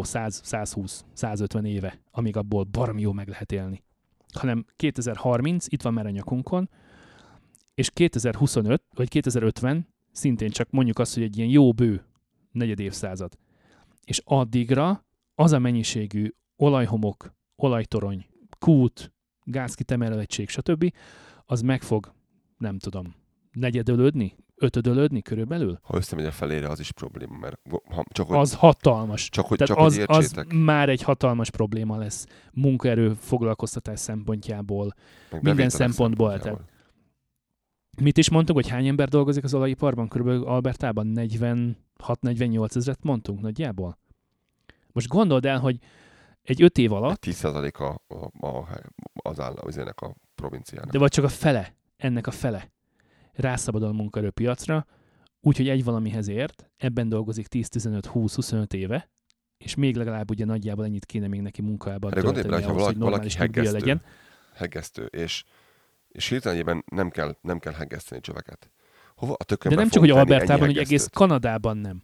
100-120-150 éve, amíg abból baromi jó meg lehet élni. Hanem 2030 itt van már a nyakunkon, és 2025 vagy 2050 szintén csak mondjuk azt, hogy egy ilyen jó bő negyed évszázad. És addigra az a mennyiségű olajhomok, olajtorony, kút, gázkitemelőegység, stb. Az meg fog, nem tudom, negyedölődni, ötödölődni körülbelül? Ha összemegy a felére, az is probléma, mert az hatalmas. Az már egy hatalmas probléma lesz munkaerő foglalkoztatás szempontjából, minden szempontból. Tehát, mit is mondtuk, hogy hány ember dolgozik az olajiparban? Körülbelül Albertában 46-48 ezret mondtunk nagyjából. Most gondold el, hogy egy 5 év alatt... 10% az ennek a provinciának. De vagy csak a fele, ennek a fele rászabadul a munkaerőpiacra, úgyhogy egy valamihez ért, ebben dolgozik 10-15-20-25 éve, és még legalább ugye nagyjából ennyit kéne még neki munkában tölteni ahhoz, hogy normális nyugdíja legyen. Heggesztő, és hirtelenjében nem kell heggeszteni csöveket. Hova a tökönben? De nem csak, hogy Albertában, hogy egész Kanadában nem.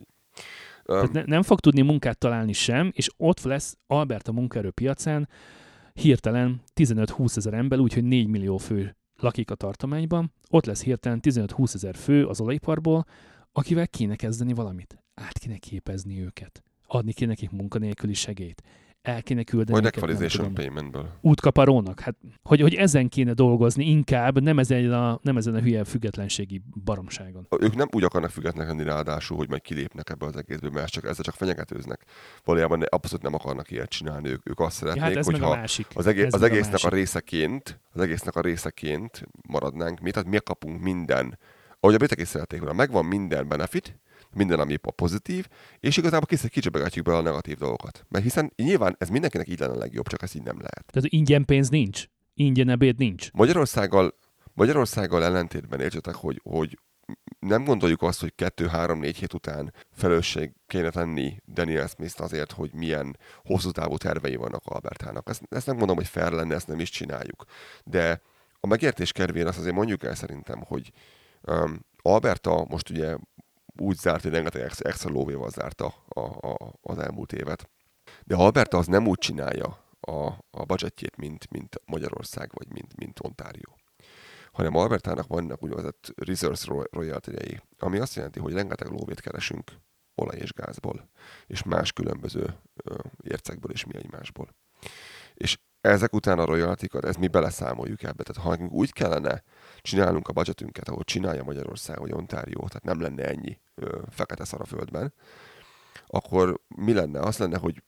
Tehát nem fog tudni munkát találni sem, és ott lesz Alberta munkaerőpiacán hirtelen 15-20 ezer ember, úgyhogy 4 millió fő lakik a tartományban, ott lesz hirtelen 15-20 ezer fő az olajiparból, akivel kéne kezdeni valamit. Át kéne képezni őket. Adni kéne nekik munkanélküli segélyt. El kéne küldeni őket, equalization paymentből. Útkaparónak. Hát, hogy ezen kéne dolgozni inkább, nem ezen a hülye függetlenségi baromságon. Ők nem úgy akarnak függetlenek lenni ráadásul, hogy majd kilépnek ebből az egészből, mert ezzel csak fenyegetőznek. Valójában abszolút nem akarnak ilyet csinálni. Ők azt szeretnék, hogyha az egésznek a részeként maradnánk mi, tehát mi kapunk minden. Ahogy a britek is szerették volna, megvan minden benefit, minden, ami a pozitív, és igazából kicsebegetjük bele a negatív dolgokat. Mert hiszen nyilván ez mindenkinek így lenne a legjobb, csak ez így nem lehet. Tehát ingyen pénz nincs? Ingyen ebéd nincs? Magyarországgal ellentétben értsetek, hogy nem gondoljuk azt, hogy 2-3-4 hét után felelősség kéne tenni Daniel Smith azért, hogy milyen hosszú távú tervei vannak Albertának. Ezt nem mondom, hogy fair lenne, ezt nem is csináljuk. De a megértés kedvéért azt azért mondjuk el szerintem, hogy Alberta most ugye úgy zárt, hogy rengeteg extra lóvéval zárta az elmúlt évet. De Alberta az nem úgy csinálja a budgetjét, mint Magyarország, vagy mint Ontario. Hanem Albertának vannak úgynevezett reserves royalty-jei, ami azt jelenti, hogy rengeteg lóvét keresünk olaj és gázból, és más különböző ércekből és mi egymásból. És ezek után a royalty-kat, ezt mi beleszámoljuk ebbe. Tehát ha úgy kellene csinálnunk a budgetünket, ahogy csinálja Magyarország vagy Ontario, tehát nem lenne ennyi fekete szar a földben, akkor mi lenne? Az lenne, hogy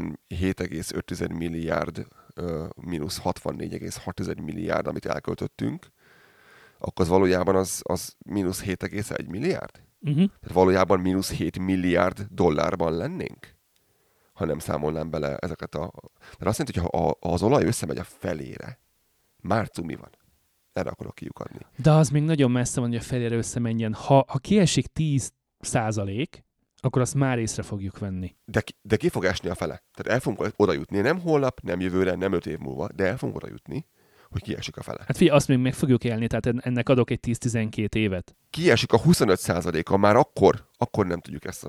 57,5 milliárd mínusz 64,6 milliárd, amit elköltöttünk, akkor az valójában az mínusz 7,1 milliárd? Tehát valójában mínusz 7 milliárd dollárban lennénk? Ha nem számolnám bele ezeket a... Tehát azt jelenti, hogy ha az olaj összemegy a felére, már cumi van. Erre akarok kiukadni. De az még nagyon messze van, hogy a felére összemenjen. Ha kiesik 10%, akkor azt már észre fogjuk venni. De ki fog esni a fele? Tehát el fogunk oda jutni. Nem holnap, nem jövőre, nem 5 év múlva, de el fogunk oda jutni, hogy kiesik a fele. Hát figyelj, azt még meg fogjuk élni, tehát ennek adok egy 10-12 évet. Kiesik a 25%-a, már akkor nem tudjuk ezt.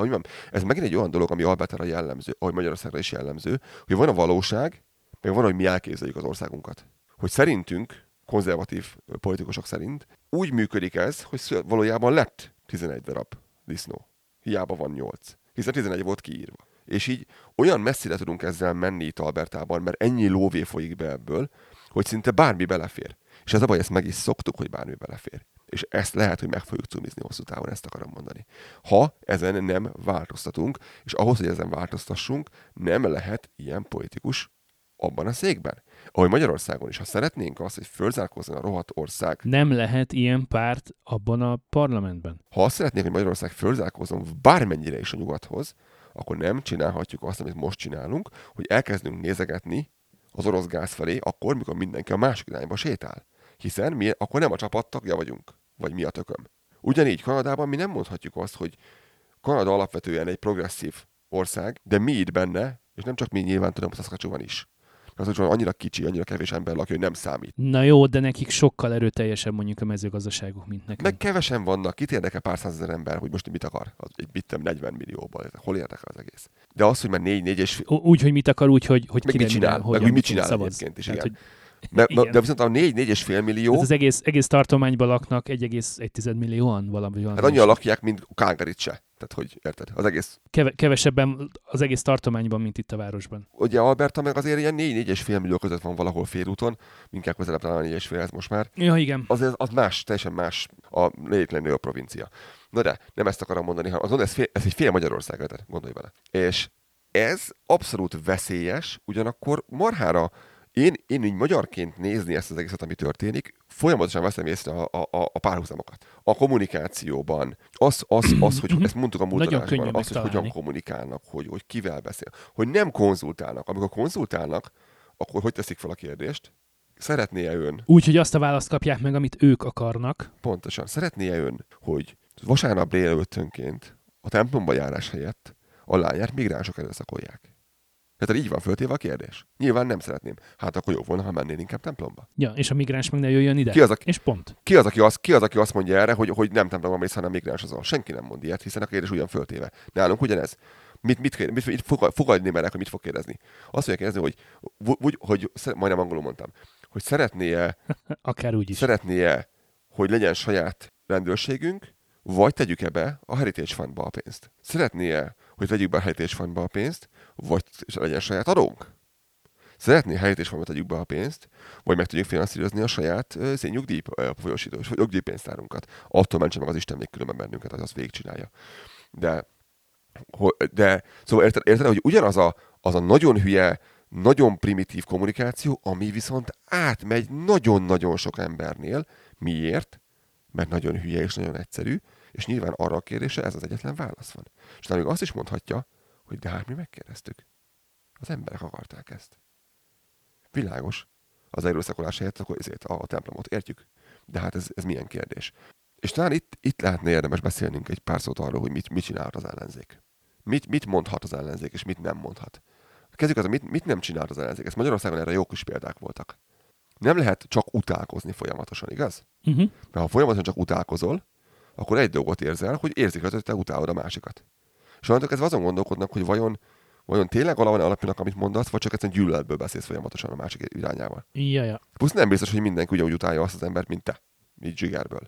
Ez megint egy olyan dolog, ami Albertára jellemző, ahogy Magyarországra is jellemző, hogy van a valóság, meg van, hogy mi elképzeljük az országunkat. Hogy szerintünk, konzervatív politikusok szerint, úgy működik ez, hogy valójában lett 11 darab disznó. Hiába van 8. Hiszen 11 volt kiírva. És így olyan messzire tudunk ezzel menni itt Albertában, mert ennyi lóvé folyik be ebből, hogy szinte bármi belefér. És ez a baj, ezt meg is szoktuk, hogy bármi belefér. És ezt lehet, hogy meg fogjuk cumizni hosszú távon, ezt akarom mondani. Ha ezen nem változtatunk, és ahhoz, hogy ezen változtassunk, nem lehet ilyen politikus abban a székben. Ahogy Magyarországon is, ha szeretnénk azt, hogy fölzárkózzon a rohadt ország... Nem lehet ilyen párt abban a parlamentben. Ha azt szeretnénk, hogy Magyarország fölzárkózzon bármennyire is a nyugathoz, akkor nem csinálhatjuk azt, amit most csinálunk, hogy elkezdünk nézegetni az orosz gáz felé, akkor, mikor mindenki a másik irányba sétál. Hiszen mi akkor nem a csapattagja vagyunk, vagy mi a tököm. Ugyanígy Kanadában mi nem mondhatjuk azt, hogy Kanada alapvetően egy progresszív ország, de mi itt benne, és nem csak mi, nyilván tudom, Saskatchewan is. Saskatchewan annyira kicsi, annyira kevés ember lakja, hogy nem számít. Na jó, de nekik sokkal erőteljesebb mondjuk a mezőgazdaságuk, mint nekünk. Meg kevesen vannak, kit érdekel pár százezer ember, hogy most mit akar? Egy bittem 40 millióból. Hol érdekel az egész? De az, hogy már 4 és... Úgy, hogy mit akar, úgy, hogy meg mit csinál, meg mit csinál egyébként is, igen. De viszont a 4,5 millió... Az egész tartományban laknak 1,1 millióan valami. Hát annyian lakják, mint Calgaryt se. Tehát, hogy érted? Az egész... Kevesebben az egész tartományban, mint itt a városban. Ugye Alberta meg azért ilyen 4,5 millió között van valahol félúton, inkább közelebb talán 4,5 most már. Ja, igen. Azért az más, teljesen más a legnagyobb provincia. Na de, nem ezt akarom mondani, hanem ez egy fél Magyarország, gondolj bele. És ez abszolút veszélyes, ugyanakkor marhára én így magyarként nézni ezt az egészet, ami történik, folyamatosan veszem észre a párhuzamokat. A kommunikációban, az hogy ezt mondtuk a múlt adásban, hogy hogyan kommunikálnak, hogy kivel beszél, hogy nem konzultálnak. Amikor konzultálnak, akkor hogy teszik fel a kérdést? Szeretné-e ön? Úgy, hogy azt a választ kapják meg, amit ők akarnak. Pontosan. Szeretné-e ön, hogy vasárnap délelőttönként a templomba járás helyett a lányát migránsok erőszakolják? Tehát így van föltéve a kérdés. Nyilván nem szeretném. Hát akkor jó volna, ha mennél inkább templomba. Ja, és a migráns meg ne jöjjön ide. És pont. Ki az, aki azt mondja erre, hogy nem templomba mész, hanem migráns azon? Senki nem mond ilyet, hiszen a kérdés ugyan föltéve. Nálunk ugyanez. Mit fogadni merek, hogy mit fog kérdezni? Azt fogja kérdezni, hogy majdnem angolul mondtam, hogy szeretné-e, akár úgy is. Szeretné-e, hogy legyen saját rendőrségünk, vagy tegyük-e be a Heritage Fundba a pénzt? Szeretné-e, hogy tegyük be a Heritage Fundba a pénzt, vagy legyen saját adónk? Szeretné Heritage Fundba tegyük be a pénzt, vagy meg tudjuk finanszírozni a saját nyugdíj folyosítós, vagy nyugdíjpénztárunkat. Attól mentse meg az Isten még különben bennünket, hogy az végigcsinálja. De szóval érted, hogy ugyanaz az a nagyon hülye, nagyon primitív kommunikáció, ami viszont átmegy nagyon-nagyon sok embernél. Miért? Mert nagyon hülye és nagyon egyszerű, és nyilván arra a kérdésre ez az egyetlen válasz van. És talán még azt is mondhatja, hogy de hát mi megkérdeztük. Az emberek akarták ezt. Világos. Az erőszakolás helyett akkor ezért a templomot értjük. De hát ez milyen kérdés? És talán itt lehetne érdemes beszélnünk egy pár szót arról, hogy mit csinálhat az ellenzék. Mit mondhat az ellenzék, és mit nem mondhat. Kezdjük az, mit nem csinált az ellenzék. Ezt Magyarországon erre jó kis példák voltak. Nem lehet csak utálkozni folyamatosan, igaz? Mert ha folyamatosan csak utálkozol, akkor egy dolgot érzel, hogy érzik, hogy te utálod a másikat. És onnantól kezdve azon gondolkodnak, hogy vajon tényleg van alapjának, amit mondasz, vagy csak egyszerűen gyűlöletből beszélsz folyamatosan a másik irányával. Ja. Plusz nem biztos, hogy mindenki ugyanúgy utálja azt az embert, mint te. Így zsigerből.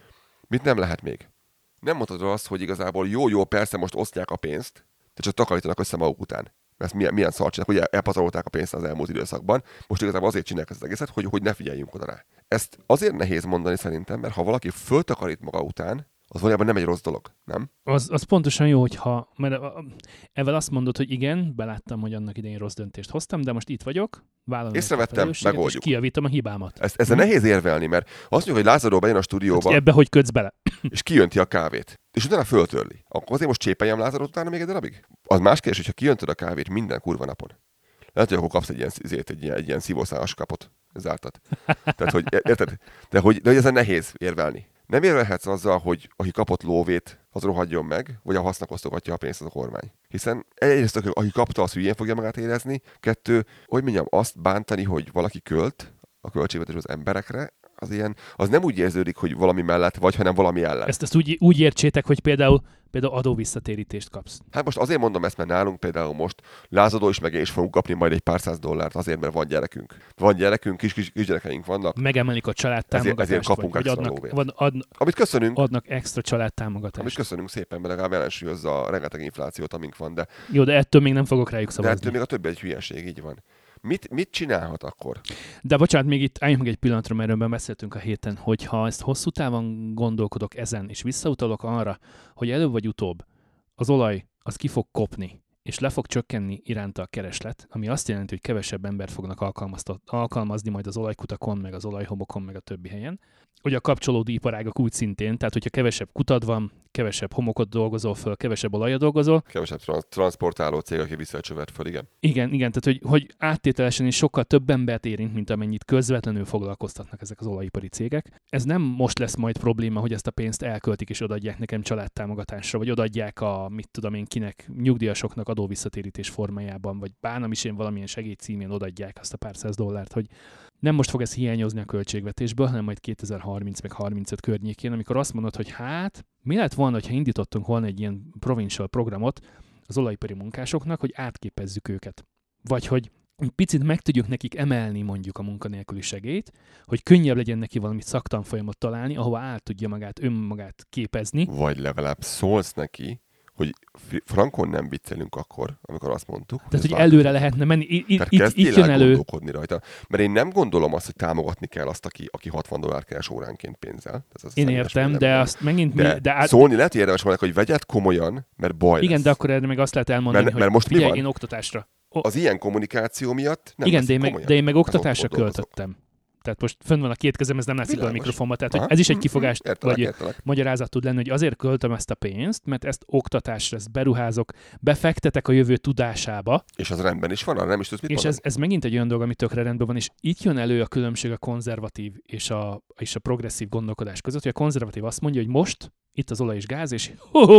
Mit nem lehet még? Nem mondhatod azt, hogy igazából jó, persze most osztják a pénzt, de csak takarítanak össze maguk után. Mert milyen szart csinálnak, hogy elpazarolták a pénzt az elmúlt időszakban. Most igazából azért csinálják ezt az egészet, hogy ne figyeljünk oda rá. Ezt azért nehéz mondani szerintem, mert ha valaki föltakarít maga után, az valójában nem egy rossz dolog, nem? Az pontosan jó, hogyha... Mert ezzel azt mondod, hogy igen, beláttam, hogy annak idején rossz döntést hoztam, de most itt vagyok, vállalom észrevettem, megoldjuk. És kijavítom a hibámat. Ezzel nehéz érvelni, mert azt mondjuk, hogy Lázaro bejön a stúdióba... Hát, ebbe hogy kötsz bele? És kijönti a kávét. És utána föltörli. Akkor azért most csépeljem Lázaro utána még egy darabig? Az más kérdés, hogyha kijöntöd a kávét minden kurva napon. Lehet, hogy akkor kapsz egy ilyen szívószálas kapot. Zártat. Tehát, hogy érted? De hogy ezen nehéz érvelni. Nem érvelhetsz azzal, hogy aki kapott lóvét, az rohadjon meg, vagy a hasznak osztogatja a pénzt az a kormány. Hiszen egyrészt, aki kapta, az hülyén fogja magát érezni. Kettő, hogy mondjam, azt bántani, hogy valaki költ a költségvetés az emberekre, az nem úgy érződik, hogy valami mellett vagy, hanem valami ellen. Ezt úgy értsétek, hogy például adóvisszatérítést kapsz. Hát most azért mondom ezt, mert nálunk például most lázadó is meg és fogunk kapni majd egy pár $100 azért, mert van gyerekünk. Van gyerekünk, kisgyerekeink vannak. Megemelik a családtámogatást. Ezért kapunk extra lóvét. Amit köszönünk. Adnak extra családtámogatást. Amit köszönünk szépen, mert legalább ellensúlyozza a rengeteg inflációt, amink van. De... Jó, de ettől még nem fogok rájuk szavazni. De ettől még a többi egy hülyeség, így van. Mit csinálhat akkor? De bocsánat, még itt álljunk meg egy pillanatra, mert erről beszéltünk a héten, hogy ha ezt hosszú távon gondolkodok ezen, és visszautalok arra, hogy előbb vagy utóbb az olaj az ki fog kopni, és le fog csökkenni iránta a kereslet, ami azt jelenti, hogy kevesebb embert fognak alkalmazni majd az olajkutakon, meg az olajhomokon, meg a többi helyen. Hogy a kapcsolódó iparágak úgy szintén, tehát hogyha kevesebb kutad van, kevesebb homokot dolgozol föl, kevesebb olajat dolgozol. Kevesebb transportáló cég, aki vissza a csövet föl, igen. Igen, tehát hogy áttételesen is sokkal több embert érint, mint amennyit közvetlenül foglalkoztatnak ezek az olajipari cégek. Ez nem most lesz majd probléma, hogy ezt a pénzt elköltik és odaadják nekem családtámogatásra, vagy odaadják a, mit tudom én kinek, nyugdíjasoknak adóvisszatérítés formájában, vagy bánam is én valamilyen segélycímén odaadják azt a pár $100, hogy nem most fog ez hiányozni a költségvetésből, hanem majd 2030 meg 35 környékén, amikor azt mondod, hogy hát, mi lett volna, ha indítottunk volna egy ilyen provincial programot az olajipari munkásoknak, hogy átképezzük őket. Vagy hogy egy picit meg tudjuk nekik emelni mondjuk a munkanélküli segélyt, hogy könnyebb legyen neki valami szaktanfolyamot találni, ahova át tudja önmagát képezni. Vagy legalább szólsz neki, hogy frankon nem viccelünk akkor, amikor azt mondtuk. Tehát, hogy előre lehetne menni. Itt jön elő. Gondolkodni rajta. Mert én nem gondolom azt, hogy támogatni kell azt, aki $60 keres óránként pénzzel. Én értem, de azt megint... Szólni lehet, hogy érdemes volna, hogy vegyed komolyan, mert baj igen, lesz. de akkor erre meg azt lehet elmondani, mert most figyelj, én oktatásra. Az ilyen kommunikáció miatt nem igen, de én meg oktatásra költöttem. Tehát most fönn van a két kezem, ez nem látszik a mikrofonba. Tehát hogy ez is egy kifogást, értelek. Magyarázat tud lenni, hogy azért költöm ezt a pénzt, mert ezt oktatásra, ezt beruházok, befektetek a jövő tudásába. És az rendben is van, arra nem is tudsz mit mondani. És ez megint egy olyan dolog, ami tökre rendben van, és itt jön elő a különbség a konzervatív és a progresszív gondolkodás között, hogy a konzervatív azt mondja, hogy most itt az olaj és gáz, és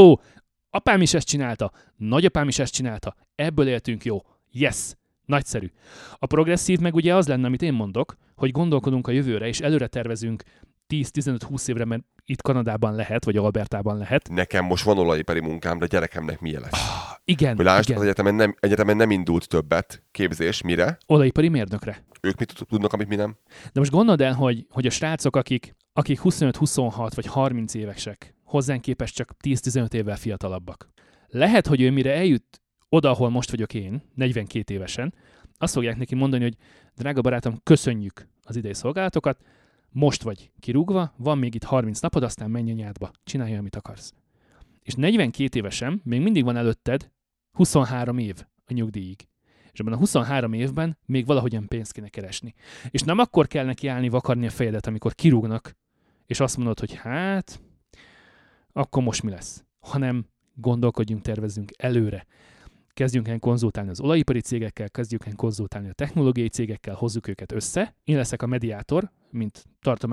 apám is ezt csinálta, nagyapám is ezt csinálta, ebből éltünk, jó, yes! Nagyszerű. A progresszív meg ugye az lenne, amit én mondok, hogy gondolkodunk a jövőre, és előre tervezünk 10-15-20 évre, mert itt Kanadában lehet, vagy Albertában lehet. Nekem most van olajipari munkám, de gyerekemnek milyen lesz? Igen. Hogy lásd, az egyetemen nem indult többet képzés, mire? Olajipari mérnökre. Ők mit tudnak, amit mi nem? De most gondold el, hogy a srácok, akik 25-26 vagy 30 évesek, hozzánk képest csak 10-15 évvel fiatalabbak. Lehet, hogy ő mire eljut oda, ahol most vagyok én, 42 évesen, azt fogják neki mondani, hogy drága barátom, köszönjük az idei szolgálatokat, most vagy kirúgva, van még itt 30 napod, aztán menj anyádba, csinálj, amit akarsz. És 42 évesen még mindig van előtted 23 év a nyugdíjig. És abban a 23 évben még valahogyan pénzt kéne keresni. És nem akkor kell neki állni, vakarni a fejedet, amikor kirúgnak, és azt mondod, hogy hát, akkor most mi lesz? Hanem gondolkodjunk, tervezzünk előre. Kezdjünk el konzultálni az olajipari cégekkel, kezdjünk el konzultálni a technológiai cégekkel, hozzuk őket össze. Én leszek a mediátor, mint tartományi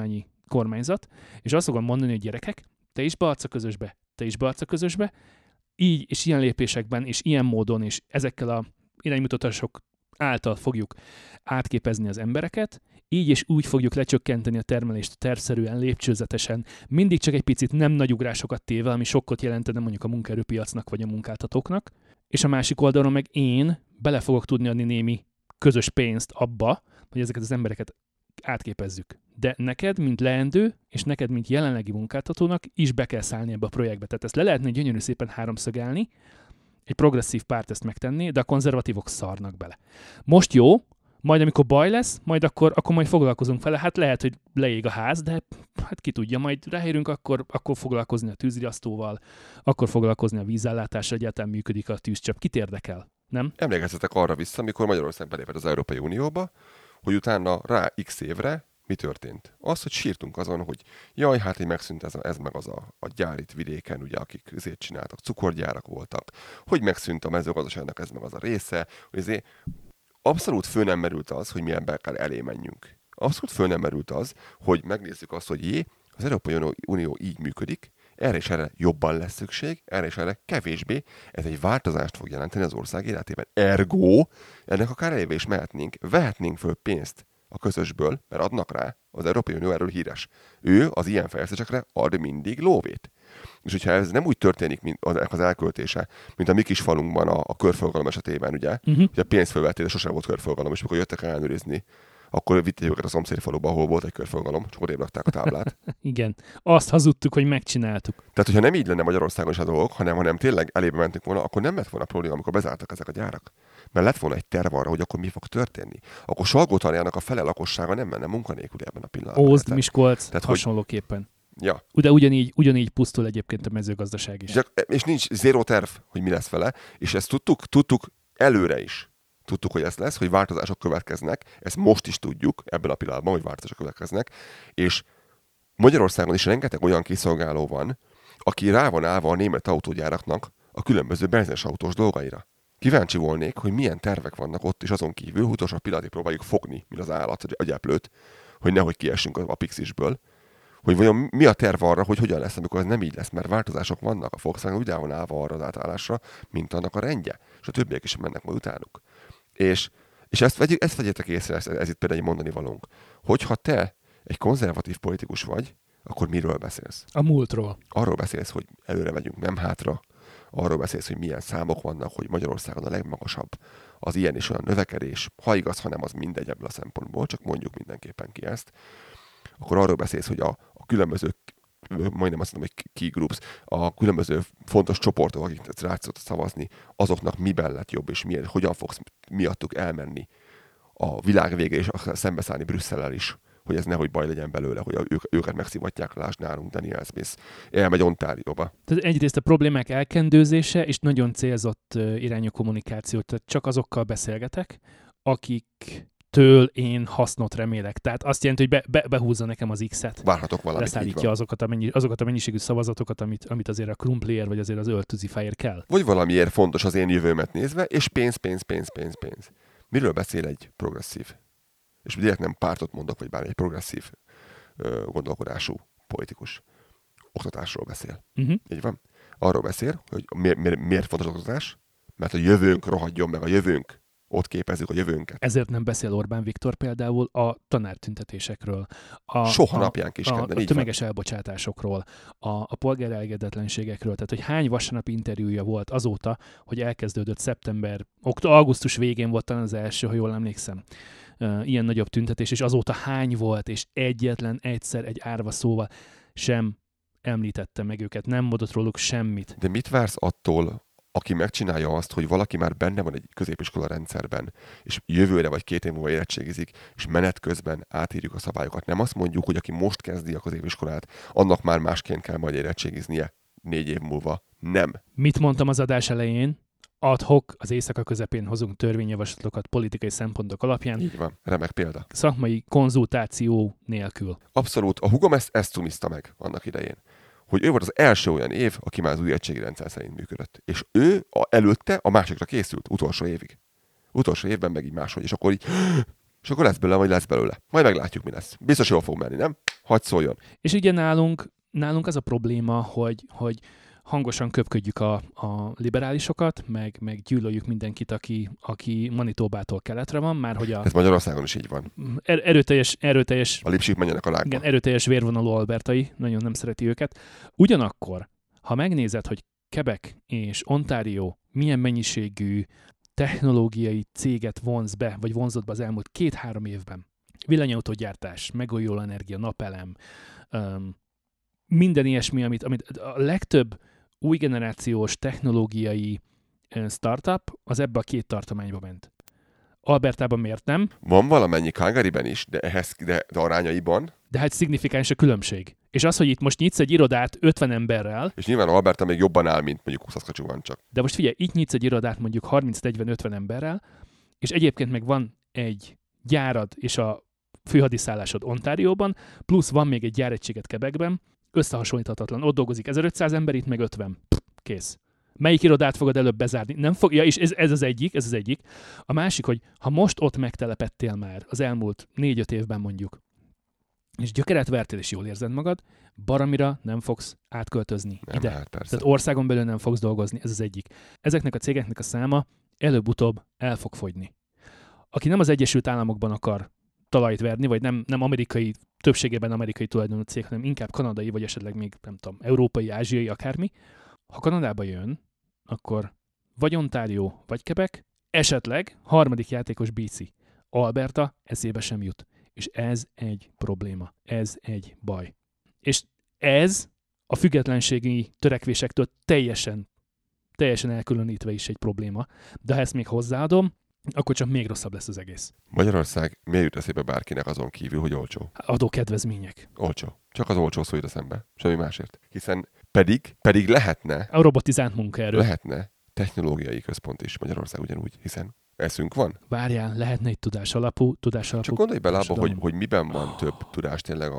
kormányzat, és azt fogom mondani, hogy gyerekek, te is beadsz a közösbe, te is beadsz a közösbe, így és ilyen lépésekben, és ilyen módon, és ezekkel a iránymutatások által fogjuk átképezni az embereket, így és úgy fogjuk lecsökkenteni a termelést tervszerűen, lépcsőzetesen, mindig csak egy picit, nem nagy ugrásokat téve, ami sokkot jelentene mondjuk a munkaerőpiacnak vagy a munkáltatóknak, és a másik oldalon meg én bele fogok tudni adni némi közös pénzt abba, hogy ezeket az embereket átképezzük. De neked, mint leendő, és neked, mint jelenlegi munkáltatónak is be kell szállni ebbe a projektbe. Tehát ezt le lehetne gyönyörű szépen háromszögelni, egy progresszív párt ezt megtenni, de a konzervatívok szarnak bele. Most jó, majd amikor baj lesz, majd akkor majd foglalkozunk vele. Hát lehet, hogy leég a ház, de hát ki tudja, majd ráérünk, akkor foglalkozni a tűzriasztóval, akkor foglalkozni a vízellátással, egyáltalán működik a tűzcsap. Kit érdekel, nem? Emlékezzetek arra vissza, amikor Magyarország belépett az Európai Unióba, hogy utána rá x évre mi történt? Az, hogy sírtunk azon, hogy jaj, hát így megszűnt ez meg az a gyár itt vidéken, ugye, akik ezért csináltak, cukorgyárak voltak, hogy megszűnt a mezőgazdaságnak ez meg az a része, hogy ezért abszolút föl nem merült az, hogy milyen kell elé menjünk. Abszolút föl nem merült az, hogy megnézzük azt, hogy az Európai Unió így működik, erre és erre jobban lesz szükség, erre és erre kevésbé, ez egy változást fog jelenteni az ország életében. Ergo, ennek akár elébe is vehetnénk föl pénzt a közösből, mert adnak rá, az Európai Unió erről híres. Ő az ilyen fejlesztésekre ad mindig lóvét. És hogyha ez nem úgy történik, mint az elköltése, mint a mi kis falunkban a körforgalom esetében, ugye, hogy a pénzfölvettél, de sosem volt körforgalom, és mikor jöttek ellenőrizni, akkor vitték őket a szomszéd faluba, ahol volt egy körforgalom, csak odébb rakták a táblát. Igen. Azt hazudtuk, hogy megcsináltuk. Tehát, hogyha nem így lenne Magyarországon is a dolgok, hanem tényleg elébe mentünk volna, akkor nem lett volna probléma, amikor bezártak ezek a gyárak. Mert lett volna egy terv arra, hogy akkor mi fog történni. Akkor Salgótarjának a fele lakossága nem menne munkanélkül ebben a pillanatban. Ózd, Miskolc, tehát hasonlóképpen. Ja. De ugyanígy pusztul egyébként a mezőgazdaság is. És nincs zéró terv, hogy mi lesz vele, és ezt tudtuk előre is. Tudtuk, hogy ez lesz, hogy változások következnek, ezt most is tudjuk, ebben a pillanatban, hogy változások következnek, és Magyarországon is rengeteg olyan kiszolgáló van, aki rá van állva a német autógyáraknak a különböző benzines autós dolgaira. Kíváncsi volnék, hogy milyen tervek vannak ott, és azon kívül, hogy utolsó pillanatig próbáljuk fogni, mint az állat, a gyeplőt, hogy nehogy kiessünk a pixisből, hogy vajon mi a terv arra, hogy hogyan lesz, amikor ez nem így lesz, mert változások vannak, a Volkswagen úgy van állva arra az átállásra, mint annak a rendje, és a többiek is mennek majd utánuk. És ezt vegyétek észre, ez itt például egy mondani valónk. Hogyha te egy konzervatív politikus vagy, akkor miről beszélsz? A múltról. Arról beszélsz, hogy előre megyünk, nem hátra. Arról beszélsz, hogy milyen számok vannak, hogy Magyarországon a legmagasabb az ilyen és olyan növekedés. Ha igaz, ha nem, az mindegy ebből a szempontból, csak mondjuk mindenképpen ki ezt. Akkor arról beszélsz, hogy a különböző, majdnem azt mondom, hogy key groups, a különböző fontos csoportok, akik rá tudsz szavazni, azoknak miben lett jobb, és hogyan fogsz miattuk elmenni a világ végére, és szembeszállni Brüsszellel is, hogy ez nehogy baj legyen belőle, hogy őket megszivatják, lásd nálunk Daniel Smith. Elmegy Ontárióba. Tehát egyrészt a problémák elkendőzése, és nagyon célzott irányú kommunikáció. Tehát csak azokkal beszélgetek, akiktől én hasznot remélek. Tehát azt jelenti, hogy behúzza nekem az X-et. Várhatok valamit. Leszállítja azokat a mennyiségű szavazatokat, amit azért a krumpliért, vagy azért az öltözifáért kell. Vagy valamiért fontos az én jövőmet nézve, és pénz. Miről beszél egy progresszív? És direkt nem pártot mondok, vagy bármi, egy progresszív gondolkodású politikus. Oktatásról beszél. Így van? Arról beszél, hogy miért fontos az oktatás? Mert a jövőnk rohadjon meg, a jövőnk. Ott képezzük a jövőnket. Ezért nem beszél Orbán Viktor például a tanártüntetésekről. Soha napján kiskedden, a tömeges elbocsátásokról, a polgári elégedetlenségekről. Tehát, hogy hány vasárnapi interjúja volt azóta, hogy elkezdődött augusztus végén volt talán az első, ha jól emlékszem, ilyen nagyobb tüntetés, és azóta hány volt, és egyetlen egyszer egy árva szóval sem említette meg őket, nem mondott róluk semmit. De mit vársz attól, aki megcsinálja azt, hogy valaki már benne van egy középiskola rendszerben, és jövőre vagy 2 év múlva érettségizik, és menet közben átírjuk a szabályokat. Nem azt mondjuk, hogy aki most kezdi a középiskolát, annak már másként kell majd érettségiznie 4 év múlva. Nem. Mit mondtam az adás elején? Ad hoc, az éjszaka közepén hozunk törvényjavaslatokat politikai szempontok alapján. Így van, remek példa. Szakmai konzultáció nélkül. Abszolút. A hugom ezt cumizta meg annak idején. Hogy ő volt az első olyan év, aki már az új egységi rendszer szerint működött. És ő előtte a másikra készült, utolsó évig. Utolsó évben meg így máshogy. És akkor így És akkor lesz belőle. Majd meglátjuk, mi lesz. Biztos jól fog menni, nem? Hadd szóljon. És ugye nálunk az a probléma, hogy hangosan köpködjük a liberálisokat, meg gyűlöljük mindenkit, aki Manitobától keletre van, már hogy Ez Magyarországon is így van. Erőteljes a lipsik menjenek a lágba. Igen, erőteljes vérvonalú albertai, nagyon nem szereti őket. Ugyanakkor, ha megnézed, hogy Quebec és Ontario milyen mennyiségű technológiai céget vonz be, vagy vonzott be az elmúlt 2-3 évben, villanyautógyártás, megújuló energia, napelem, minden ilyesmi, amit a legtöbb új generációs technológiai startup, az ebbe a 2 tartományba ment. Albertában miért nem? Van valamennyi Calgaryben is, de arányaiban. De hát szignifikáns a különbség. És az, hogy itt most nyitsz egy irodát 50 emberrel... És nyilván Alberta még jobban áll, mint mondjuk Saskatchewan csak. De most figyelj, itt nyitsz egy irodát mondjuk 30-40-50 emberrel, és egyébként meg van egy gyárad és a főhadiszállásod Ontárióban, plusz van még egy gyáregységet Quebecben, összehasonlíthatatlan. Ott dolgozik 1500 ember, itt meg 50. Kész. Melyik irodát fogod előbb bezárni? Nem fog... Ja, és ez az egyik. A másik, hogy ha most ott megtelepettél már az elmúlt 4-5 évben mondjuk, és gyökeret vertél, és jól érzed magad, baromira nem fogsz átköltözni nem, ide. Hát persze. Tehát országon belül nem fogsz dolgozni, ez az egyik. Ezeknek a cégeknek a száma előbb-utóbb el fog fogyni. Aki nem az Egyesült Államokban akar talajt verni, vagy nem amerikai, többségében amerikai tulajdonú cég, hanem inkább kanadai, vagy esetleg még, nem tudom, európai, ázsiai, akármi. Ha Kanadába jön, akkor vagy Ontario, vagy Quebec, esetleg harmadik játékos BC. Alberta eszébe sem jut. És ez egy probléma. Ez egy baj. És ez a függetlenségi törekvésektől teljesen elkülönítve is egy probléma. De ha ezt még hozzáadom, akkor csak még rosszabb lesz az egész. Magyarország miért jut eszébe bárkinek azon kívül, hogy olcsó? Adókedvezmények. Olcsó. Csak az olcsó szó jut eszembe. Semmi másért. Hiszen pedig lehetne... A robotizált munkaerő. Lehetne technológiai központ is Magyarország ugyanúgy, hiszen eszünk van. Várjál, lehetne egy tudás alapú. Csak gondolj bele abba, hogy miben van több tudás tényleg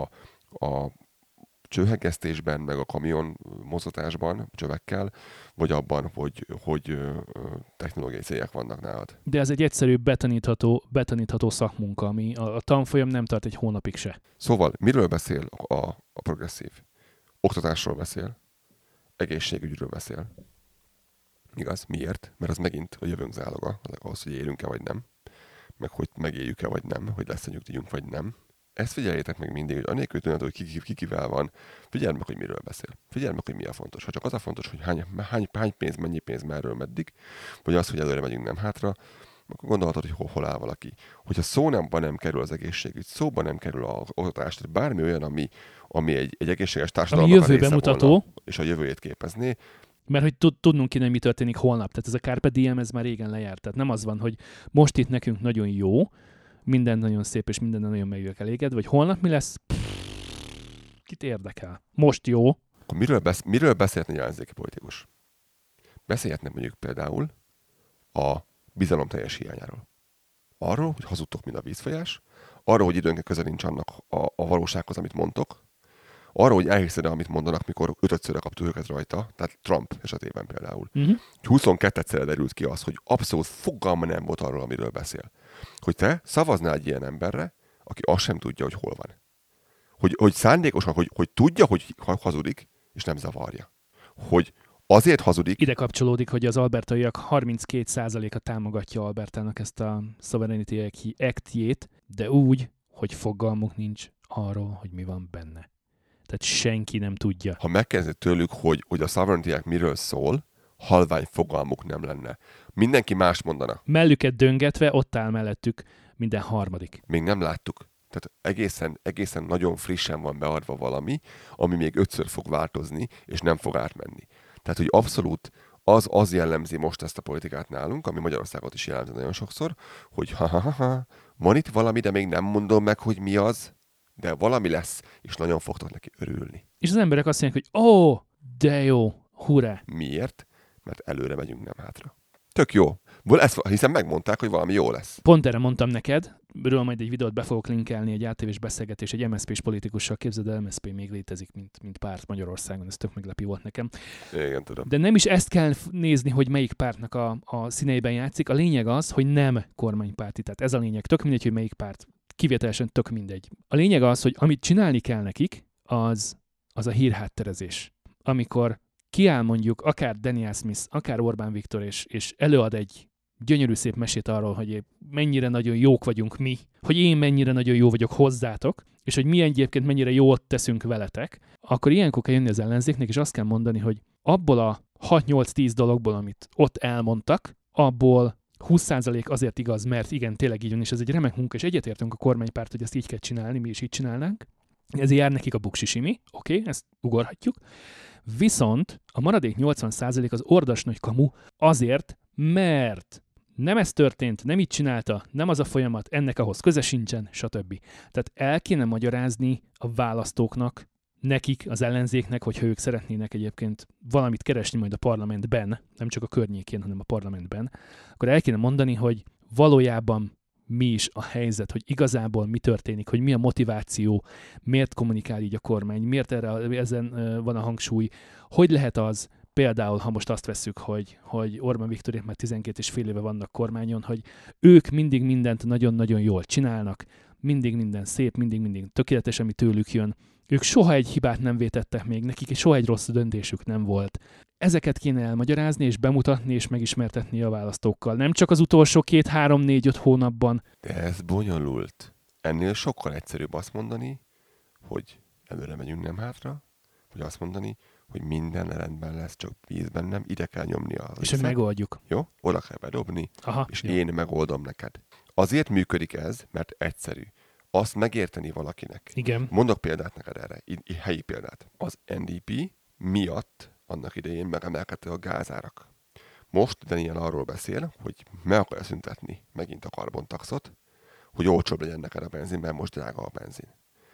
a csőhegesztésben, meg a kamion mozgatásban, csövekkel, vagy abban, hogy technológiai cégek vannak nálad. De ez egy egyszerű betanítható szakmunka, ami a tanfolyam nem tart egy hónapig se. Szóval miről beszél a progresszív? Oktatásról beszél, egészségügyről beszél. Igaz? Miért? Mert az megint a jövőnk záloga, ahhoz, hogy élünk-e vagy nem, meg hogy megéljük-e vagy nem, hogy lesz a nyugdíjunk vagy nem. Ezt figyeljétek meg mindig, hogy anélkül tűnhet, hogy ki kivel van, figyeld meg, hogy miről beszél. Figyeld meg, hogy mi a fontos. Ha csak az a fontos, hogy hány pénz, mennyi pénz, merről, meddig, vagy az, hogy előre megyünk, nem hátra, akkor gondolhatod, hogy hol áll valaki. Hogyha szóban nem kerül az egészségügy, szóban nem kerül az oktatás, tehát bármi olyan, ami egy egészséges társadalomnak a része mutató, volna, és a jövőjét képezné. Mert hogy tudnunk kéne, mi történik holnap. Tehát ez a Carpe Diem, ez már régen lejárt. Tehát nem az van, hogy most itt nekünk nagyon jó, minden nagyon szép, és minden nagyon meg eléged, vagy holnap mi lesz? Kit érdekel? Most jó. Akkor miről beszélhetne egy ellenzéki politikus? Beszélhetne mondjuk például a bizalomteljes hiányáról. Arról, hogy hazudtok, mint a vízfolyás, arról, hogy időnként köze nincs annak a valósághoz, amit mondtok, arról, hogy elhiszed, amit mondanak, mikor 5-szörre kaptuk őket rajta, tehát Trump esetében például. 22-szerre derült ki az, hogy abszolút fogalma nem volt arról, amiről beszél. Hogy te szavaznál egy ilyen emberre, aki azt sem tudja, hogy hol van. Hogy szándékosan, hogy tudja, hogy hazudik, és nem zavarja. Hogy azért hazudik... Ide kapcsolódik, hogy az albertaiak 32%-a támogatja Albertának ezt a Sovereignty Act-jét, de úgy, hogy fogalmuk nincs arról, hogy mi van benne. Tehát senki nem tudja. Ha megkérdezed tőlük, hogy a Sovereignty Act miről szól, halvány fogalmuk nem lenne. Mindenki más mondana. Mellüket döngetve ott áll mellettük minden harmadik. Még nem láttuk. Tehát egészen nagyon frissen van beadva valami, ami még 5-ször fog változni, és nem fog átmenni. Tehát, hogy abszolút az jellemzi most ezt a politikát nálunk, ami Magyarországot is jelenti nagyon sokszor, hogy van itt valami, de még nem mondom meg, hogy mi az, de valami lesz, és nagyon fogtok neki örülni. És az emberek azt mondják, hogy de jó, hurrá. Miért? Mert előre megyünk, nem hátra. Tök jó. Hiszen megmondták, hogy valami jó lesz. Pont erre mondtam neked, ről majd egy videót be fogok linkelni, egy ATV-s beszélgetés egy MSZP-s politikussal. Képzeld el, MSZP még létezik, mint párt Magyarországon, ez tök meglepő volt nekem. Igen, tudom. De nem is ezt kell nézni, hogy melyik pártnak a színeiben játszik. A lényeg az, hogy nem kormánypárti. Tehát ez a lényeg. Tök mindegy, hogy melyik párt. Kivételesen tök mindegy. A lényeg az, hogy amit csinálni kell nekik, az a hírhátterezés. Amikor kiáll mondjuk akár Daniel Smith, akár Orbán Viktor, és előad egy gyönyörű szép mesét arról, hogy mennyire nagyon jók vagyunk mi, hogy én mennyire nagyon jó vagyok hozzátok, és hogy mi egyébként mennyire jót teszünk veletek, akkor ilyenkor kell jönni az ellenzéknek, és azt kell mondani, hogy abból a 6-8-10 dologból, amit ott elmondtak, abból 20% azért igaz, mert igen, tényleg így van, és ez egy remek munka, és egyetértünk a kormánypárt, hogy ezt így kell csinálni, mi is így csinálnánk. Ezért jár nekik a buksisimi, oké, ezt ugorhatjuk. Viszont a maradék 80% az ordas nagy kamu azért, mert nem ez történt, nem így csinálta, nem az a folyamat, ennek ahhoz köze sincsen, stb. Tehát el kéne magyarázni a választóknak, nekik, az ellenzéknek, hogyha ők szeretnének egyébként valamit keresni majd a parlamentben, nem csak a környékén, hanem a parlamentben, akkor el kéne mondani, hogy valójában mi is a helyzet, hogy igazából mi történik, hogy mi a motiváció, miért kommunikál így a kormány, miért ezen van a hangsúly, hogy lehet az, például, ha most azt vesszük, hogy Orbán Viktorék már 12,5 éve vannak kormányon, hogy ők mindig mindent nagyon-nagyon jól csinálnak, mindig minden szép, mindig tökéletes, ami tőlük jön. Ők soha egy hibát nem vétettek még, nekik soha egy rossz döntésük nem volt. Ezeket kéne elmagyarázni, és bemutatni, és megismertetni a választókkal. Nem csak az utolsó 2-3-4-5 hónapban. De ez bonyolult. Ennél sokkal egyszerűbb azt mondani, hogy előre megyünk, nem hátra, vagy azt mondani, hogy minden rendben lesz, csak vízben nem, ide kell nyomni az és hogy megoldjuk. Jó? Oda kell bedobni, és jó. Én megoldom neked. Azért működik ez, mert egyszerű. Azt megérteni valakinek. Igen. Mondok példát neked erre, helyi példát. Az NDP miatt annak idején megemelkedtek a gázárak. Most Daniel arról beszél, hogy meg akarja szüntetni megint a karbontaxot, hogy olcsóbb legyen neked a benzin, mert most drága a benzin.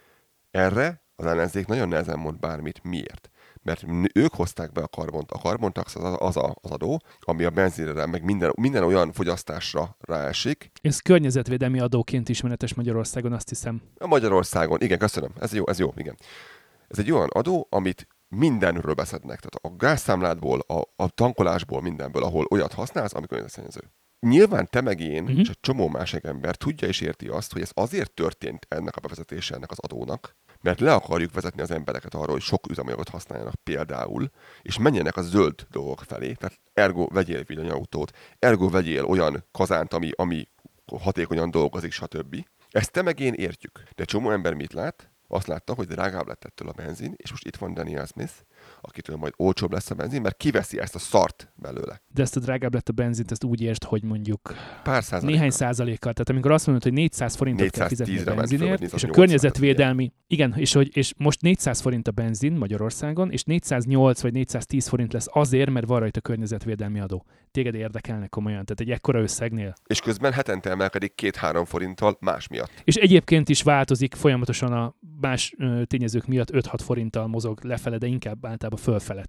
Erre az ellenzék nagyon nehezen mond bármit. Miért? Mert ők hozták be a karbont. A karbontax az adó, ami a benzinre, meg minden olyan fogyasztásra ráesik. Ez környezetvédelmi adóként ismeretes Magyarországon, azt hiszem. A Magyarországon, igen, köszönöm. Ez jó, igen. Ez egy olyan adó, amit mindenről beszednek. Tehát a gázszámládból, a tankolásból, mindenből, ahol olyat használsz, ami környezetszennyező. Nyilván te meg én, és egy csomó másik ember tudja és érti azt, hogy ez azért történt ennek a bevezetése, ennek az adónak, mert le akarjuk vezetni az embereket arról, hogy sok üzemanyagot használjanak például, és menjenek a zöld dolgok felé. Tehát ergo vegyél villanyautót, ergo vegyél olyan kazánt, ami hatékonyan dolgozik, stb. Ezt te meg én értjük. De csomó ember mit lát? Azt látta, hogy drágább lett ettől a benzin, és most itt van Daniel Smith, akitől majd olcsóbb lesz a benzin, mert kiveszi ezt a szart belőle. De ezt a drágább lett a benzint, ezt úgy értsd, hogy mondjuk pár százalékkal. Néhány százalékkal. Tehát amikor azt mondod, hogy 400 forintot kell fizetni a benzinért, és a 480, környezetvédelmi, igen, és most 400 forint a benzin Magyarországon, és 408 vagy 410 forint lesz azért, mert van rajta környezetvédelmi adó. Téged érdekelnek komolyan, tehát egy ekkora összegnél. És közben hetente emelkedik 2-3 forinttal más miatt. És egyébként is változik folyamatosan a más tényezők miatt 5-6 forinttal mozog lefele, de inkább általában fölfele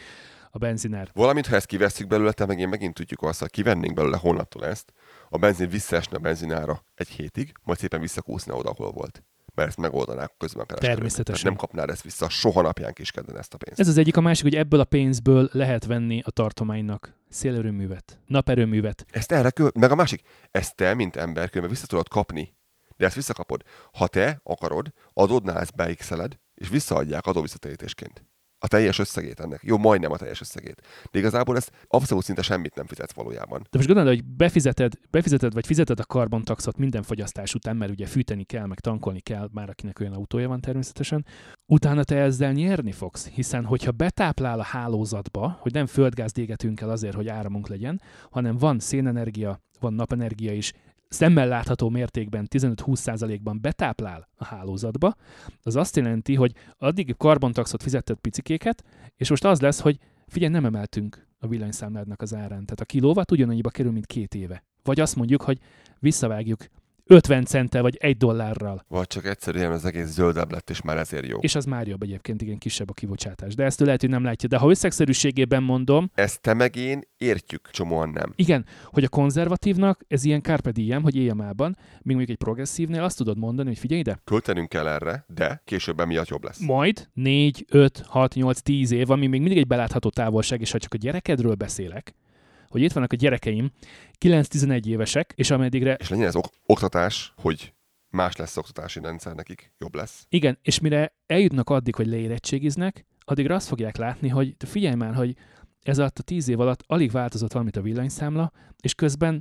a benzinár. Valamint, ha ezt kivesszük belőle, te meg én megint tudjuk azt, hogy kivennénk belőle holnaptól ezt, a benzin visszaesne a benzinára egy hétig, majd szépen visszakúszna oda, ahol volt. Mert ezt megoldanák közben a kereskedők. Természetesen. Nem kapnád ezt vissza, soha napján kiskedden ezt a pénzt. Ez az egyik, a másik, hogy ebből a pénzből lehet venni a tartománynak szélerőművet, naperőművet. Ezt erre meg a másik, ezt te, mint ember, különben vissza tudod kapni, de ezt visszakapod. Ha te akarod, adódnál ezt beixeled, és visszaadják adóvisszatérítésként. A teljes összegét ennek. Jó, majdnem a teljes összegét. De igazából ezt abszolút szinte semmit nem fizetsz valójában. De most gondolod, hogy befizeted vagy fizeted a karbontaxot minden fogyasztás után, mert ugye fűteni kell, meg tankolni kell, már akinek olyan autója van természetesen. Utána te ezzel nyerni fogsz, hiszen hogyha betáplál a hálózatba, hogy nem földgázt égetünk el azért, hogy áramunk legyen, hanem van szénenergia, van napenergia is, szemmel látható mértékben 15-20%-ban betáplál a hálózatba, az azt jelenti, hogy addig karbontaxot fizetted picikéket, és most az lesz, hogy figyelj, nem emeltünk a villanyszámládnak az árán. Tehát a kilowatt ugyanannyiba kerül, mint 2 éve. Vagy azt mondjuk, hogy visszavágjuk 50 centtel vagy $1. Vagy csak egyszerűen az egész zöldebb lett, és már ezért jó. És az már jobb egyébként, igen, kisebb a kibocsátás. De ezt lehet, hogy nem látja. De ha összegszerűségében mondom... Ezt te meg én értjük, csomóan nem. Igen, hogy a konzervatívnak ez ilyen carpe diem, hogy élj a mában, míg mondjuk egy progresszívnél azt tudod mondani, hogy figyelj ide. Költenünk kell erre, de később emiatt jobb lesz. Majd 4, 5, 6, 8, 10 év, ami még mindig egy belátható távolság, és ha csak a gyerekedről beszélek, hogy itt vannak a gyerekeim, 9-11 évesek, és ameddigre... És legyen ez oktatás, hogy más lesz az oktatási rendszer nekik, jobb lesz. Igen, és mire eljutnak addig, hogy leérettségiznek, addigra azt fogják látni, hogy figyelj már, hogy ez alatt a 10 év alatt alig változott valamit a villanyszámla, és közben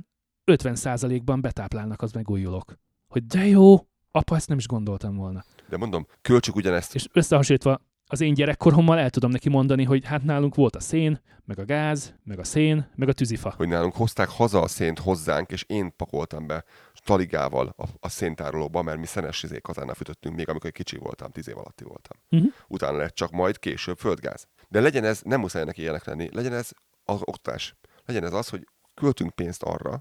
50%-ban betáplálnak az megújulók. Hogy de jó, apa, ezt nem is gondoltam volna. De mondom, költsük ugyanezt. És összehasonlítva az én gyerekkorommal el tudom neki mondani, hogy hát nálunk volt a szén, meg a gáz, meg a szén, meg a tűzifa. Hogy nálunk hozták haza a szént hozzánk, és én pakoltam be taligával a széntárolóba, mert mi szenes kazánnal fűtöttünk még, amikor kicsi voltam, 10 év alatti voltam. Utána lett csak majd később földgáz. De legyen ez, nem muszáj neki ilyenek lenni, legyen ez az oktatás. Legyen ez az, hogy költünk pénzt arra,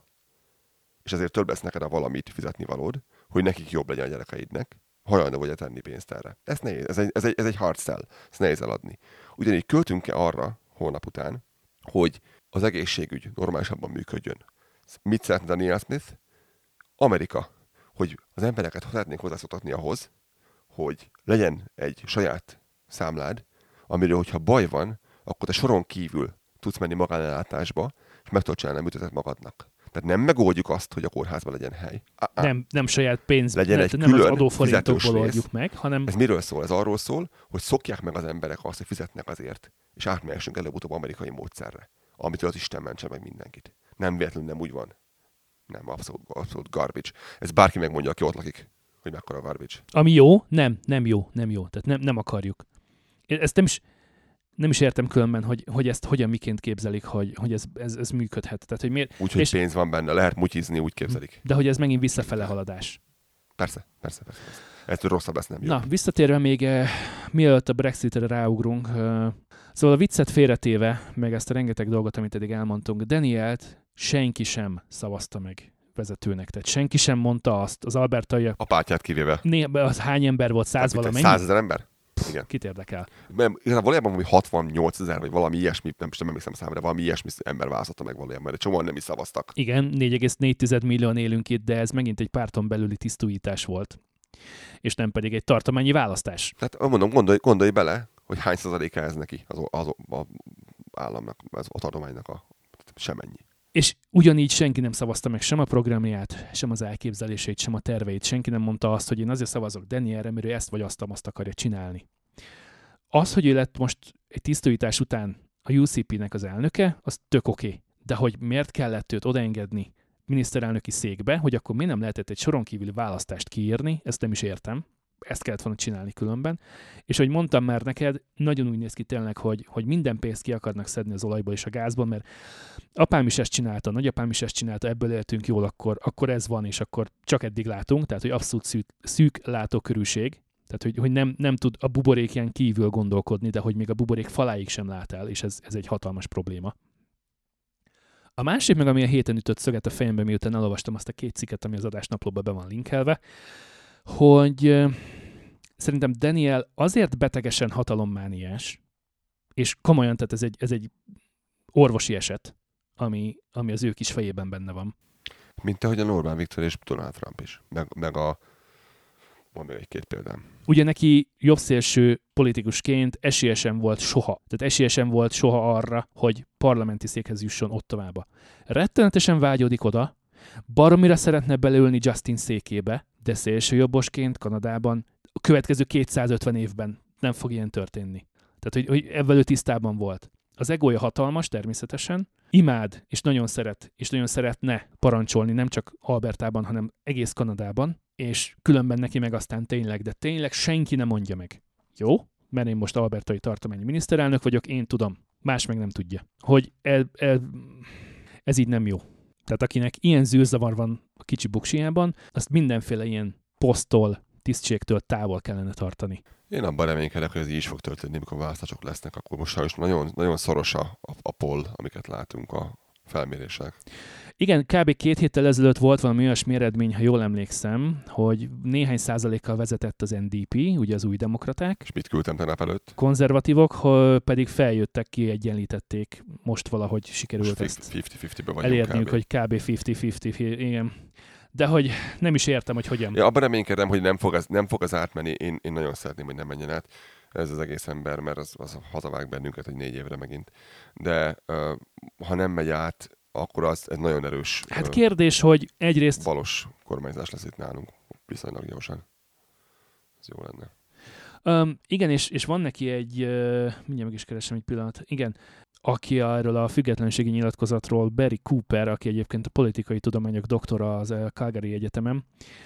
és ezért több lesz neked a valamit fizetni valód, hogy nekik jobb legyen a gyerekeidnek, hajlandó vagy tenni pénzt erre. Ez nehéz, ez egy hard sell, ezt nehéz eladni. Ugyanígy költünk-e arra holnap után, hogy az egészségügy normálisabban működjön. Mit szeretne Daniel Smith? Amerika, hogy az embereket szeretnénk hozzászoktatni ahhoz, hogy legyen egy saját számlád, amiről, hogyha baj van, akkor te soron kívül tudsz menni magánellátásba, és meg tudod csinálni a műtétet magadnak. Tehát nem megoldjuk azt, hogy a kórházban legyen hely. Nem saját pénz, legyen egy nem külön az adóforintokból oldjuk meg, hanem... Ez miről szól? Ez arról szól, hogy szokják meg az emberek azt, hogy fizetnek azért, és átmehessünk előbb-utóbb amerikai módszerre, amitől az Isten mentse meg mindenkit. Nem véletlenül nem úgy van. Nem, abszolút garbage. Ez bárki megmondja, aki ott lakik, hogy mekkora garbage. Ami jó, nem jó. Tehát nem akarjuk. Ezt nem is értem különben, hogy ezt hogyan miként képzelik, hogy ez működhet. Tehát, hogy miért... Úgy, hogy pénz van benne, lehet mutyizni, úgy képzelik. De hogy ez megint visszafele haladás. Persze. Ettől rosszabb lesz, nem jó. Na, visszatérve még, mielőtt a Brexitre ráugrunk, szóval a viccet félretéve, meg ezt a rengeteg dolgot, amit eddig elmondtunk, Danielt senki sem szavazta meg vezetőnek. Tehát senki sem mondta azt, az albertai... A pártját kivéve. Az hány ember volt? 100 valamennyi? 100 000 ember? Igen. Kit érdekel? Igazából valójában hogy 68 000, vagy valami ilyesmi, nem emlékszem számra, valami ilyesmi ember választotta meg valójában, mert csomóan nem is szavaztak. Igen, 4,4 millióan élünk itt, de ez megint egy párton belüli tisztújítás volt. És nem pedig egy tartományi választás. Tehát mondom, gondolj bele, hogy hány százaléka ez neki, az államnak, a tartománynak semennyi. És ugyanígy senki nem szavazta meg sem a programját, sem az elképzelését, sem a terveit. Senki nem mondta azt, hogy én azért szavazok Danielre, mert ő ezt vagy azt akarja csinálni. Az, hogy ő lett most egy tisztújítás után a UCP-nek az elnöke, az tök oké. De hogy miért kellett őt odaengedni miniszterelnöki székbe, hogy akkor miért nem lehetett egy soron kívüli választást kiírni, ezt nem is értem. Ezt kellett volna csinálni különben. És hogy mondtam már neked, nagyon úgy néz ki tényleg, hogy minden pénzt ki akarnak szedni az olajból és a gázból, mert apám is ezt csinálta, nagyapám is ezt csinálta, ebből éltünk jól, akkor ez van, és akkor csak eddig látunk, tehát hogy abszolút szűk látókörűség, tehát hogy nem tud a buborékján kívül gondolkodni, de hogy még a buborék faláig sem lát el, és ez egy hatalmas probléma. A másik meg, ami a héten ütött szöget a fejembe, miután elolvastam azt a 2 cikket, ami az adásnaplóban be van linkelve, hogy szerintem Daniel azért betegesen hatalommániás, és komolyan, tehát ez egy orvosi eset, ami az ő kis fejében benne van. Mint ahogy a Orbán Viktor és Donald Trump is. Meg van még egy-két példám. Ugye neki jobbszélső politikusként esélye sem volt soha. Tehát esélye sem volt soha arra, hogy parlamenti székhez jusson Ottavába. Rettenetesen vágyódik oda, baromira szeretne beleülni Justin székébe, de szélsőjobbosként Kanadában a következő 250 évben nem fog ilyen történni. Tehát, hogy ebben ő tisztában volt. Az egója hatalmas természetesen, imád, és nagyon szeretne parancsolni nem csak Albertában, hanem egész Kanadában, és különben neki meg aztán tényleg senki nem mondja meg. Jó? Mert én most albertai tartományi miniszterelnök vagyok, én tudom, más meg nem tudja. Hogy ez így nem jó. Tehát akinek ilyen zűrzavar van a kicsi buksijában, azt mindenféle ilyen poszttól, tisztségtől távol kellene tartani. Én abban reménykedek, hogy ez így is fog történni, amikor választások lesznek, akkor most sajnos nagyon, nagyon szoros a poll, amiket látunk a felmérések. Igen, kb. 2 héttel ezelőtt volt valami olyasmi eredmény, ha jól emlékszem, hogy néhány százalékkal vezetett az NDP, ugye az új demokraták. És mit küldtem tegnap előtt? Konzervatívok pedig feljöttek, kiegyenlítették, most valahogy sikerült most ezt 50-50-ben vagyunk elérniük, hogy kb. 50-50, igen. De hogy nem is értem, hogy hogyan. Ja, abban reménykedem, hogy nem fog az átmenni. Én nagyon szeretném, hogy nem menjen át ez az egész ember, mert az hazavág bennünket egy 4 évre megint. De ha nem megy át, akkor ez nagyon erős. Hát kérdés, hogy egyrészt... Valós kormányzás lesz itt nálunk viszonylag gyorsan. Ez jó lenne. Igen, és van neki egy... mindjárt meg is keresem egy pillanat. Igen, aki erről a függetlenségi nyilatkozatról, Barry Cooper, aki egyébként a politikai tudományok doktora az Calgary Egyetemen,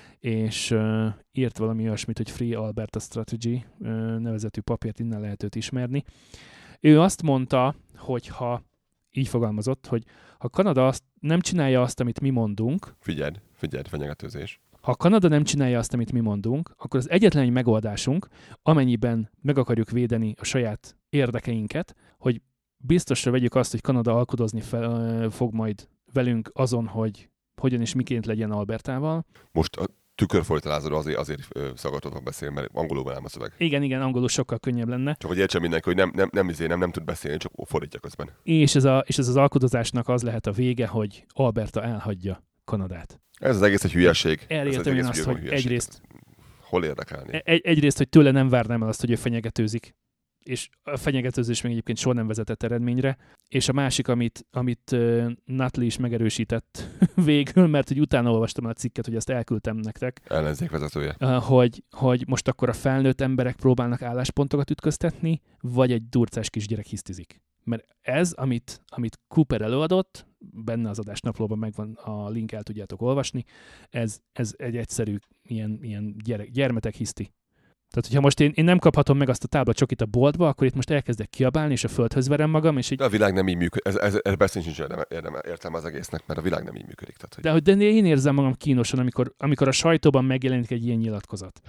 és írt valami olyasmit, hogy Free Alberta Strategy nevezetű papírt, innen lehet őt ismerni. Ő azt mondta, hogy így fogalmazott, hogy ha Kanada nem csinálja azt, amit mi mondunk... Figyeld, fenyegetőzés. Ha Kanada nem csinálja azt, amit mi mondunk, akkor az egyetlen egy megoldásunk, amennyiben meg akarjuk védeni a saját érdekeinket, hogy biztosra vegyük azt, hogy Kanada alkudozni fog majd velünk azon, hogy hogyan és miként legyen Albertával. Most a tükörfordítalázóra azért szagadotva beszél, mert angolul van ám a szöveg. Igen, angolul sokkal könnyebb lenne. Csak hogy értsen mindenki, hogy nem tud beszélni, csak fordítja közben. És ez az alkudozásnak az lehet a vége, hogy Alberta elhagyja Kanadát. Ez az egész egy hülyeség. Elértem én azt, hogy egyrészt... Hol érdekelni? Egyrészt, hogy tőle nem várnám el azt, hogy ő fenyegetőzik. És a fenyegetőzés még egyébként soha nem vezetett eredményre. És a másik, amit Nutley is megerősített végül, mert hogy utána olvastam a cikket, hogy ezt elküldtem nektek. Ellenzékvezetője. Hogy most akkor a felnőtt emberek próbálnak álláspontokat ütköztetni, vagy egy durcás kisgyerek hisztizik. Mert ez, amit Cooper előadott, benne az adásnaplóban megvan a link, el tudjátok olvasni, ez egy egyszerű ilyen gyermetek hiszti. Tehát, hogyha most én nem kaphatom meg azt a táblacsokit a boltba, akkor itt most elkezdek kiabálni, és a földhöz verem magam, és így... De a világ nem így működik. Ez beszélni sincs értelme az egésznek, mert a világ nem így működik. Tehát, hogy... De én érzem magam kínosan, amikor a sajtóban megjelenik egy ilyen nyilatkozat.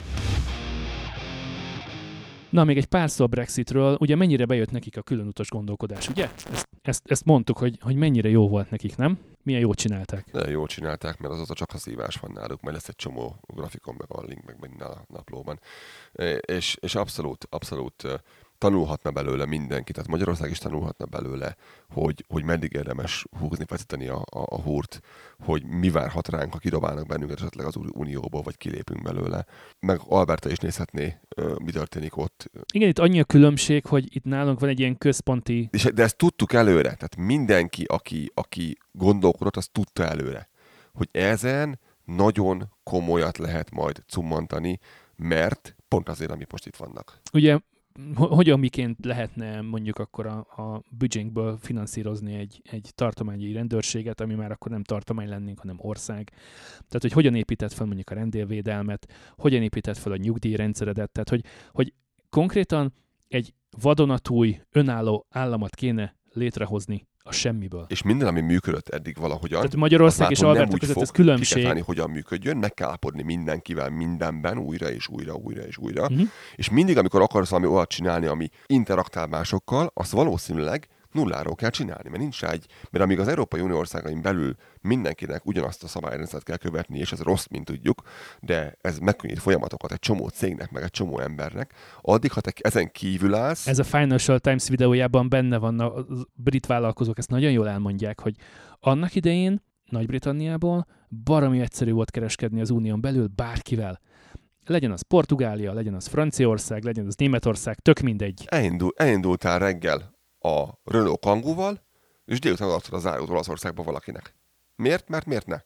Na, még egy pár szó a Brexitről. Ugye mennyire bejött nekik a különutas gondolkodás, ugye? Ezt mondtuk, hogy mennyire jó volt nekik, nem? Milyen jót csinálták? De jól csinálták, mert azóta csak a szívás van náluk, majd lesz egy csomó grafikon, meg a link, meg minden a naplóban. És abszolút tanulhatna belőle mindenki, tehát Magyarország is tanulhatna belőle, hogy meddig érdemes húzni, feszíteni a húrt, hogy mi várhat ránk, ha kidobálnak bennünket esetleg az Unióból, vagy kilépünk belőle. Meg Alberta is nézhetné, mi történik ott. Igen, itt annyi a különbség, hogy itt nálunk van egy ilyen központi... De ezt tudtuk előre, tehát mindenki, aki gondolkodott, azt tudta előre, hogy ezen nagyon komolyat lehet majd cummantani, mert pont azért, amik most itt vannak. Ugye, hogyan miként lehetne mondjuk akkor a büdzsénkből finanszírozni egy tartományi rendőrséget, ami már akkor nem tartomány lennénk, hanem ország. Tehát, hogy hogyan épített fel mondjuk a rendőrvédelmet, hogyan épített fel a nyugdíjrendszeredet, tehát, hogy konkrétan egy vadonatúj, önálló államot kéne létrehozni a semmiből. És minden, ami működött eddig valahogyan. Tehát Magyarország és Alberta között ez különbség. Kiketálni, hogyan működjön, meg kell állapodni mindenkivel mindenben, újra és újra. Uh-huh. És mindig, amikor akarsz valami olyat csinálni, ami interaktál másokkal, azt valószínűleg nulláról kell csinálni, mert amíg az Európai Unió országain belül mindenkinek ugyanazt a szabályrendszert kell követni, és ez rossz, mint tudjuk, de ez megkönnyít folyamatokat egy csomó cégnek, meg egy csomó embernek, addig, ha te ezen kívül állsz... Ez a Financial Times videójában benne van, a brit vállalkozók ezt nagyon jól elmondják, hogy annak idején Nagy-Britanniából baromi egyszerű volt kereskedni az unión belül bárkivel. Legyen az Portugália, legyen az Franciaország, legyen az Németország, tök mindegy. Elindultál reggel a Renault Kangooval, és délután adtad az árut Olaszországba valakinek. Miért? Mert miért ne?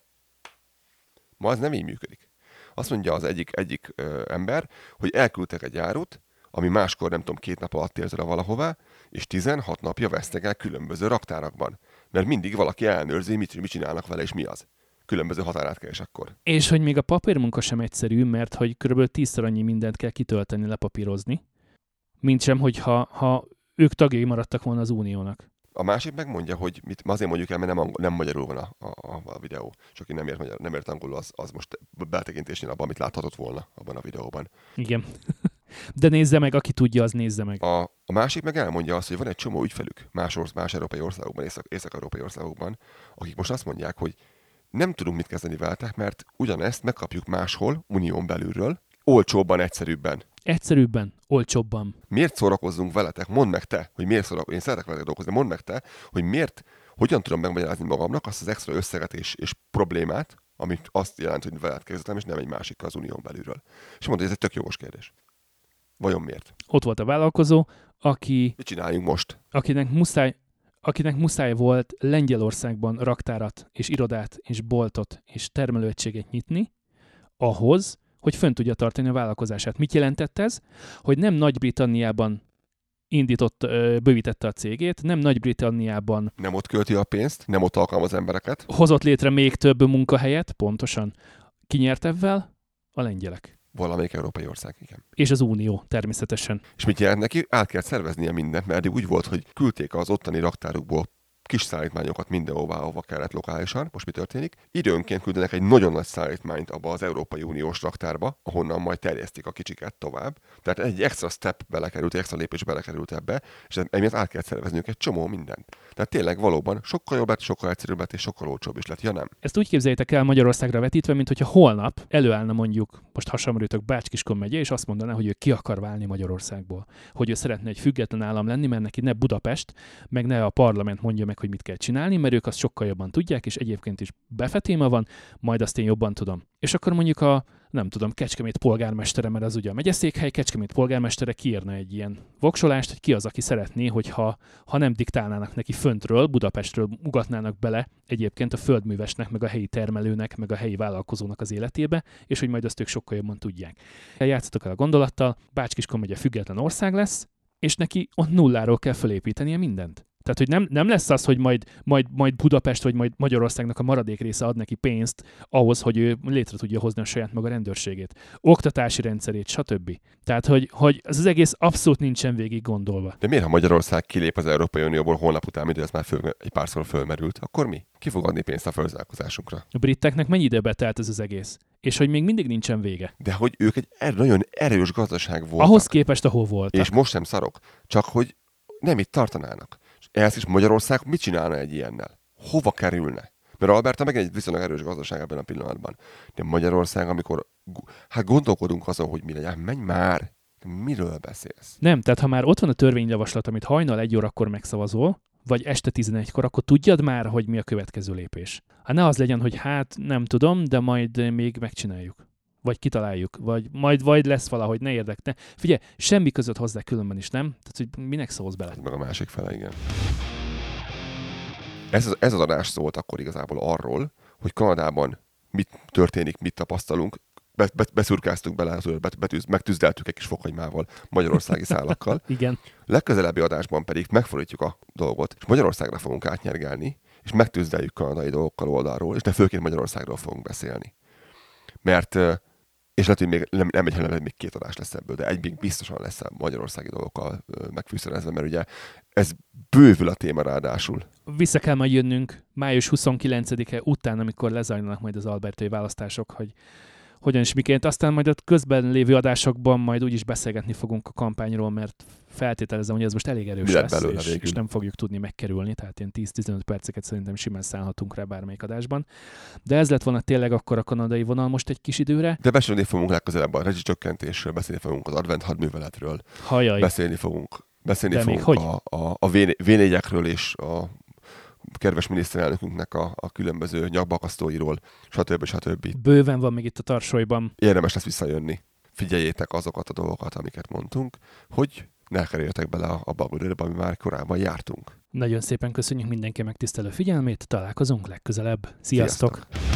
Ma ez nem így működik. Azt mondja az egyik ember, hogy elküldtek egy árut, ami máskor nem tudom 2 nap alatt érzel valahová, és 16 napja vesztek el különböző raktárakban. Mert mindig valaki ellenőrzi, mit csinálnak vele, és mi az. Különböző határátkelés akkor. És hogy még a papírmunka sem egyszerű, mert hogy kb. 10-szer annyi mindent kell kitölteni, lepapírozni, mint sem, hogyha ők tagjai maradtak volna az uniónak. A másik megmondja, hogy azért mondjuk el, mert nem magyarul van a videó. Csak én nem ért angolul, az most beltekintésnél abban, amit láthatott volna abban a videóban. Igen. De nézze meg, aki tudja, az nézze meg. A másik meg elmondja azt, hogy van egy csomó ügyfelük más európai országokban, észak-európai országokban, akik most azt mondják, hogy nem tudunk mit kezdeni veletek, mert ugyanezt megkapjuk máshol, unión belülről, olcsóbban, egyszerűbben. Egyszerűbben, olcsóbban. Miért szórakozzunk veletek? Mondd meg te, hogy miért szórakozzunk. Én szeretek veletek dolgozni, mondd meg te, hogy hogyan tudom megmagyarázni magamnak azt az extra összeget és problémát, amit azt jelent, hogy veled kezdetem, és nem egy másikkal az unión belülről. És mondta, hogy ez egy tök jogos kérdés. Vajon miért? Ott volt a vállalkozó, Mit csináljunk most? Akinek muszáj volt Lengyelországban raktárat, és irodát, és boltot, és termelőegységet nyitni, ahhoz, hogy fönn tudja tartani a vállalkozását. Mit jelentett ez? Hogy nem Nagy-Britanniában bővítette a cégét, nem Nagy-Britanniában... Nem ott költi a pénzt, nem ott alkalmaz embereket. Hozott létre még több munkahelyet, pontosan. Ki nyert ebben? A lengyelek. Valamelyik európai ország, igen. És az Unió, természetesen. És mit jelent neki? Át kell szerveznie mindent, mert eddig úgy volt, hogy küldték az ottani raktárukból kis szállítmányokat mindenhová, ahova kellett lokálisan. Most mi történik? Időnként küldenek egy nagyon nagy szállítmányt abba az Európai Uniós raktárba, ahonnan majd terjesztik a kicsiket tovább. Tehát egy extra step belekerült, egy extra lépés belekerült ebbe, és emiatt át kell szervezniük egy csomó mindent. Tehát tényleg valóban sokkal jobb lett, sokkal egyszerűbb lett, és sokkal olcsóbb is lett. Ja nem? Ezt úgy képzeljétek el Magyarországra vetítve, mint hogyha holnap előállna mondjuk, most hasonlítok Bács-Kiskun megye, és azt mondaná, hogy ő ki akar válni Magyarországból. Hogy ő szeretne egy független állam lenni, mert neki ne Budapest, meg ne a parlament mondja meg, hogy mit kell csinálni, mert ők azt sokkal jobban tudják, és egyébként is befetéma van, majd azt én jobban tudom. És akkor mondjuk Kecskemét polgármestere, mert az ugye a megyeszékhely, Kecskemét polgármestere kiírna egy ilyen voksolást, hogy ki az, aki szeretné, hogyha nem diktálnának neki föntről, Budapestről ugatnának bele egyébként a földművesnek, meg a helyi termelőnek, meg a helyi vállalkozónak az életébe, és hogy majd azt ők sokkal jobban tudják. Játszatok el a gondolattal, Bács-Kiskun megye független ország lesz, és neki ott nulláról kell felépítenie mindent. Tehát, hogy nem lesz az, hogy majd Budapest vagy majd Magyarországnak a maradék része ad neki pénzt ahhoz, hogy ő létre tudja hozni a saját maga rendőrségét, oktatási rendszerét, stb. Tehát, hogy az egész abszolút nincsen végig gondolva. De miért, ha Magyarország kilép az Európai Unióból holnap után, ez már egy párszor fölmerült, akkor mi? Ki fog adni pénzt a felzárkózásunkra? A briteknek mennyi időbe telt ez az egész? És hogy még mindig nincsen vége. De hogy ők egy nagyon erős gazdaság voltak. Ahhoz képest, ahol voltak. És most sem szarok. Csak hogy nem itt tartanának. Ehhez is Magyarország mit csinálna egy ilyennel? Hova kerülne? Mert Alberta meg egy viszonylag erős gazdaság ebben a pillanatban. De Magyarország, amikor gondolkodunk azon, hogy mi legyen, menj már! Miről beszélsz? Nem, tehát ha már ott van a törvényjavaslat, amit hajnal 1 órakor megszavazol, vagy este 11-kor, akkor tudjad már, hogy mi a következő lépés. Hát ne az legyen, hogy nem tudom, de majd még megcsináljuk. Vagy kitaláljuk, vagy lesz valahogy, ne érdekne. Figyelj, semmi között hozzá különben is, nem? Tehát, hogy minek szólsz bele? Meg a másik fele, igen. Ez az adás szólt akkor igazából arról, hogy Kanadában mit történik, mit tapasztalunk, beszurkáztunk bele, megtűzdeltük egy kis fokhagymával, magyarországi szálakkal. Igen. Legközelebbi adásban pedig megfordítjuk a dolgot, és Magyarországra fogunk átnyergelni, és megtűzdeljük kanadai dolgokkal oldalról, és de főként Magyarországról fogunk beszélni. Mert és lehet, hogy még nem egy, hanem még 2 adás lesz ebből, de egy még biztosan lesz a magyarországi dolgokkal megfűszerezve, mert ugye ez bővül a téma ráadásul. Vissza kell majd jönnünk május 29-e után, amikor lezajlanak majd az albertai választások, hogy hogyan is miként. Aztán majd a közben lévő adásokban majd úgyis beszélgetni fogunk a kampányról, mert feltételezem, hogy ez most elég erős lesz, és nem fogjuk tudni megkerülni, tehát ilyen 10-15 perceket szerintem simán szállhatunk rá bármelyik adásban. De ez lett volna tényleg akkor a kanadai vonal most egy kis időre. De beszélni fogunk legközelebb a rezsicsökkentésről, beszélni fogunk az advent hadműveletről, beszélni fogunk a V4-ekről és a kedves miniszterelnökünknek a különböző nyakbakasztóiról, stb. Bőven van még itt a tarsolyban. Érdemes lesz visszajönni. Figyeljétek azokat a dolgokat, amiket mondtunk, hogy ne kerüljetek bele abba a gödörbe, ami már korábban jártunk. Nagyon szépen köszönjük mindenki megtisztelő figyelmét, találkozunk legközelebb. Sziasztok!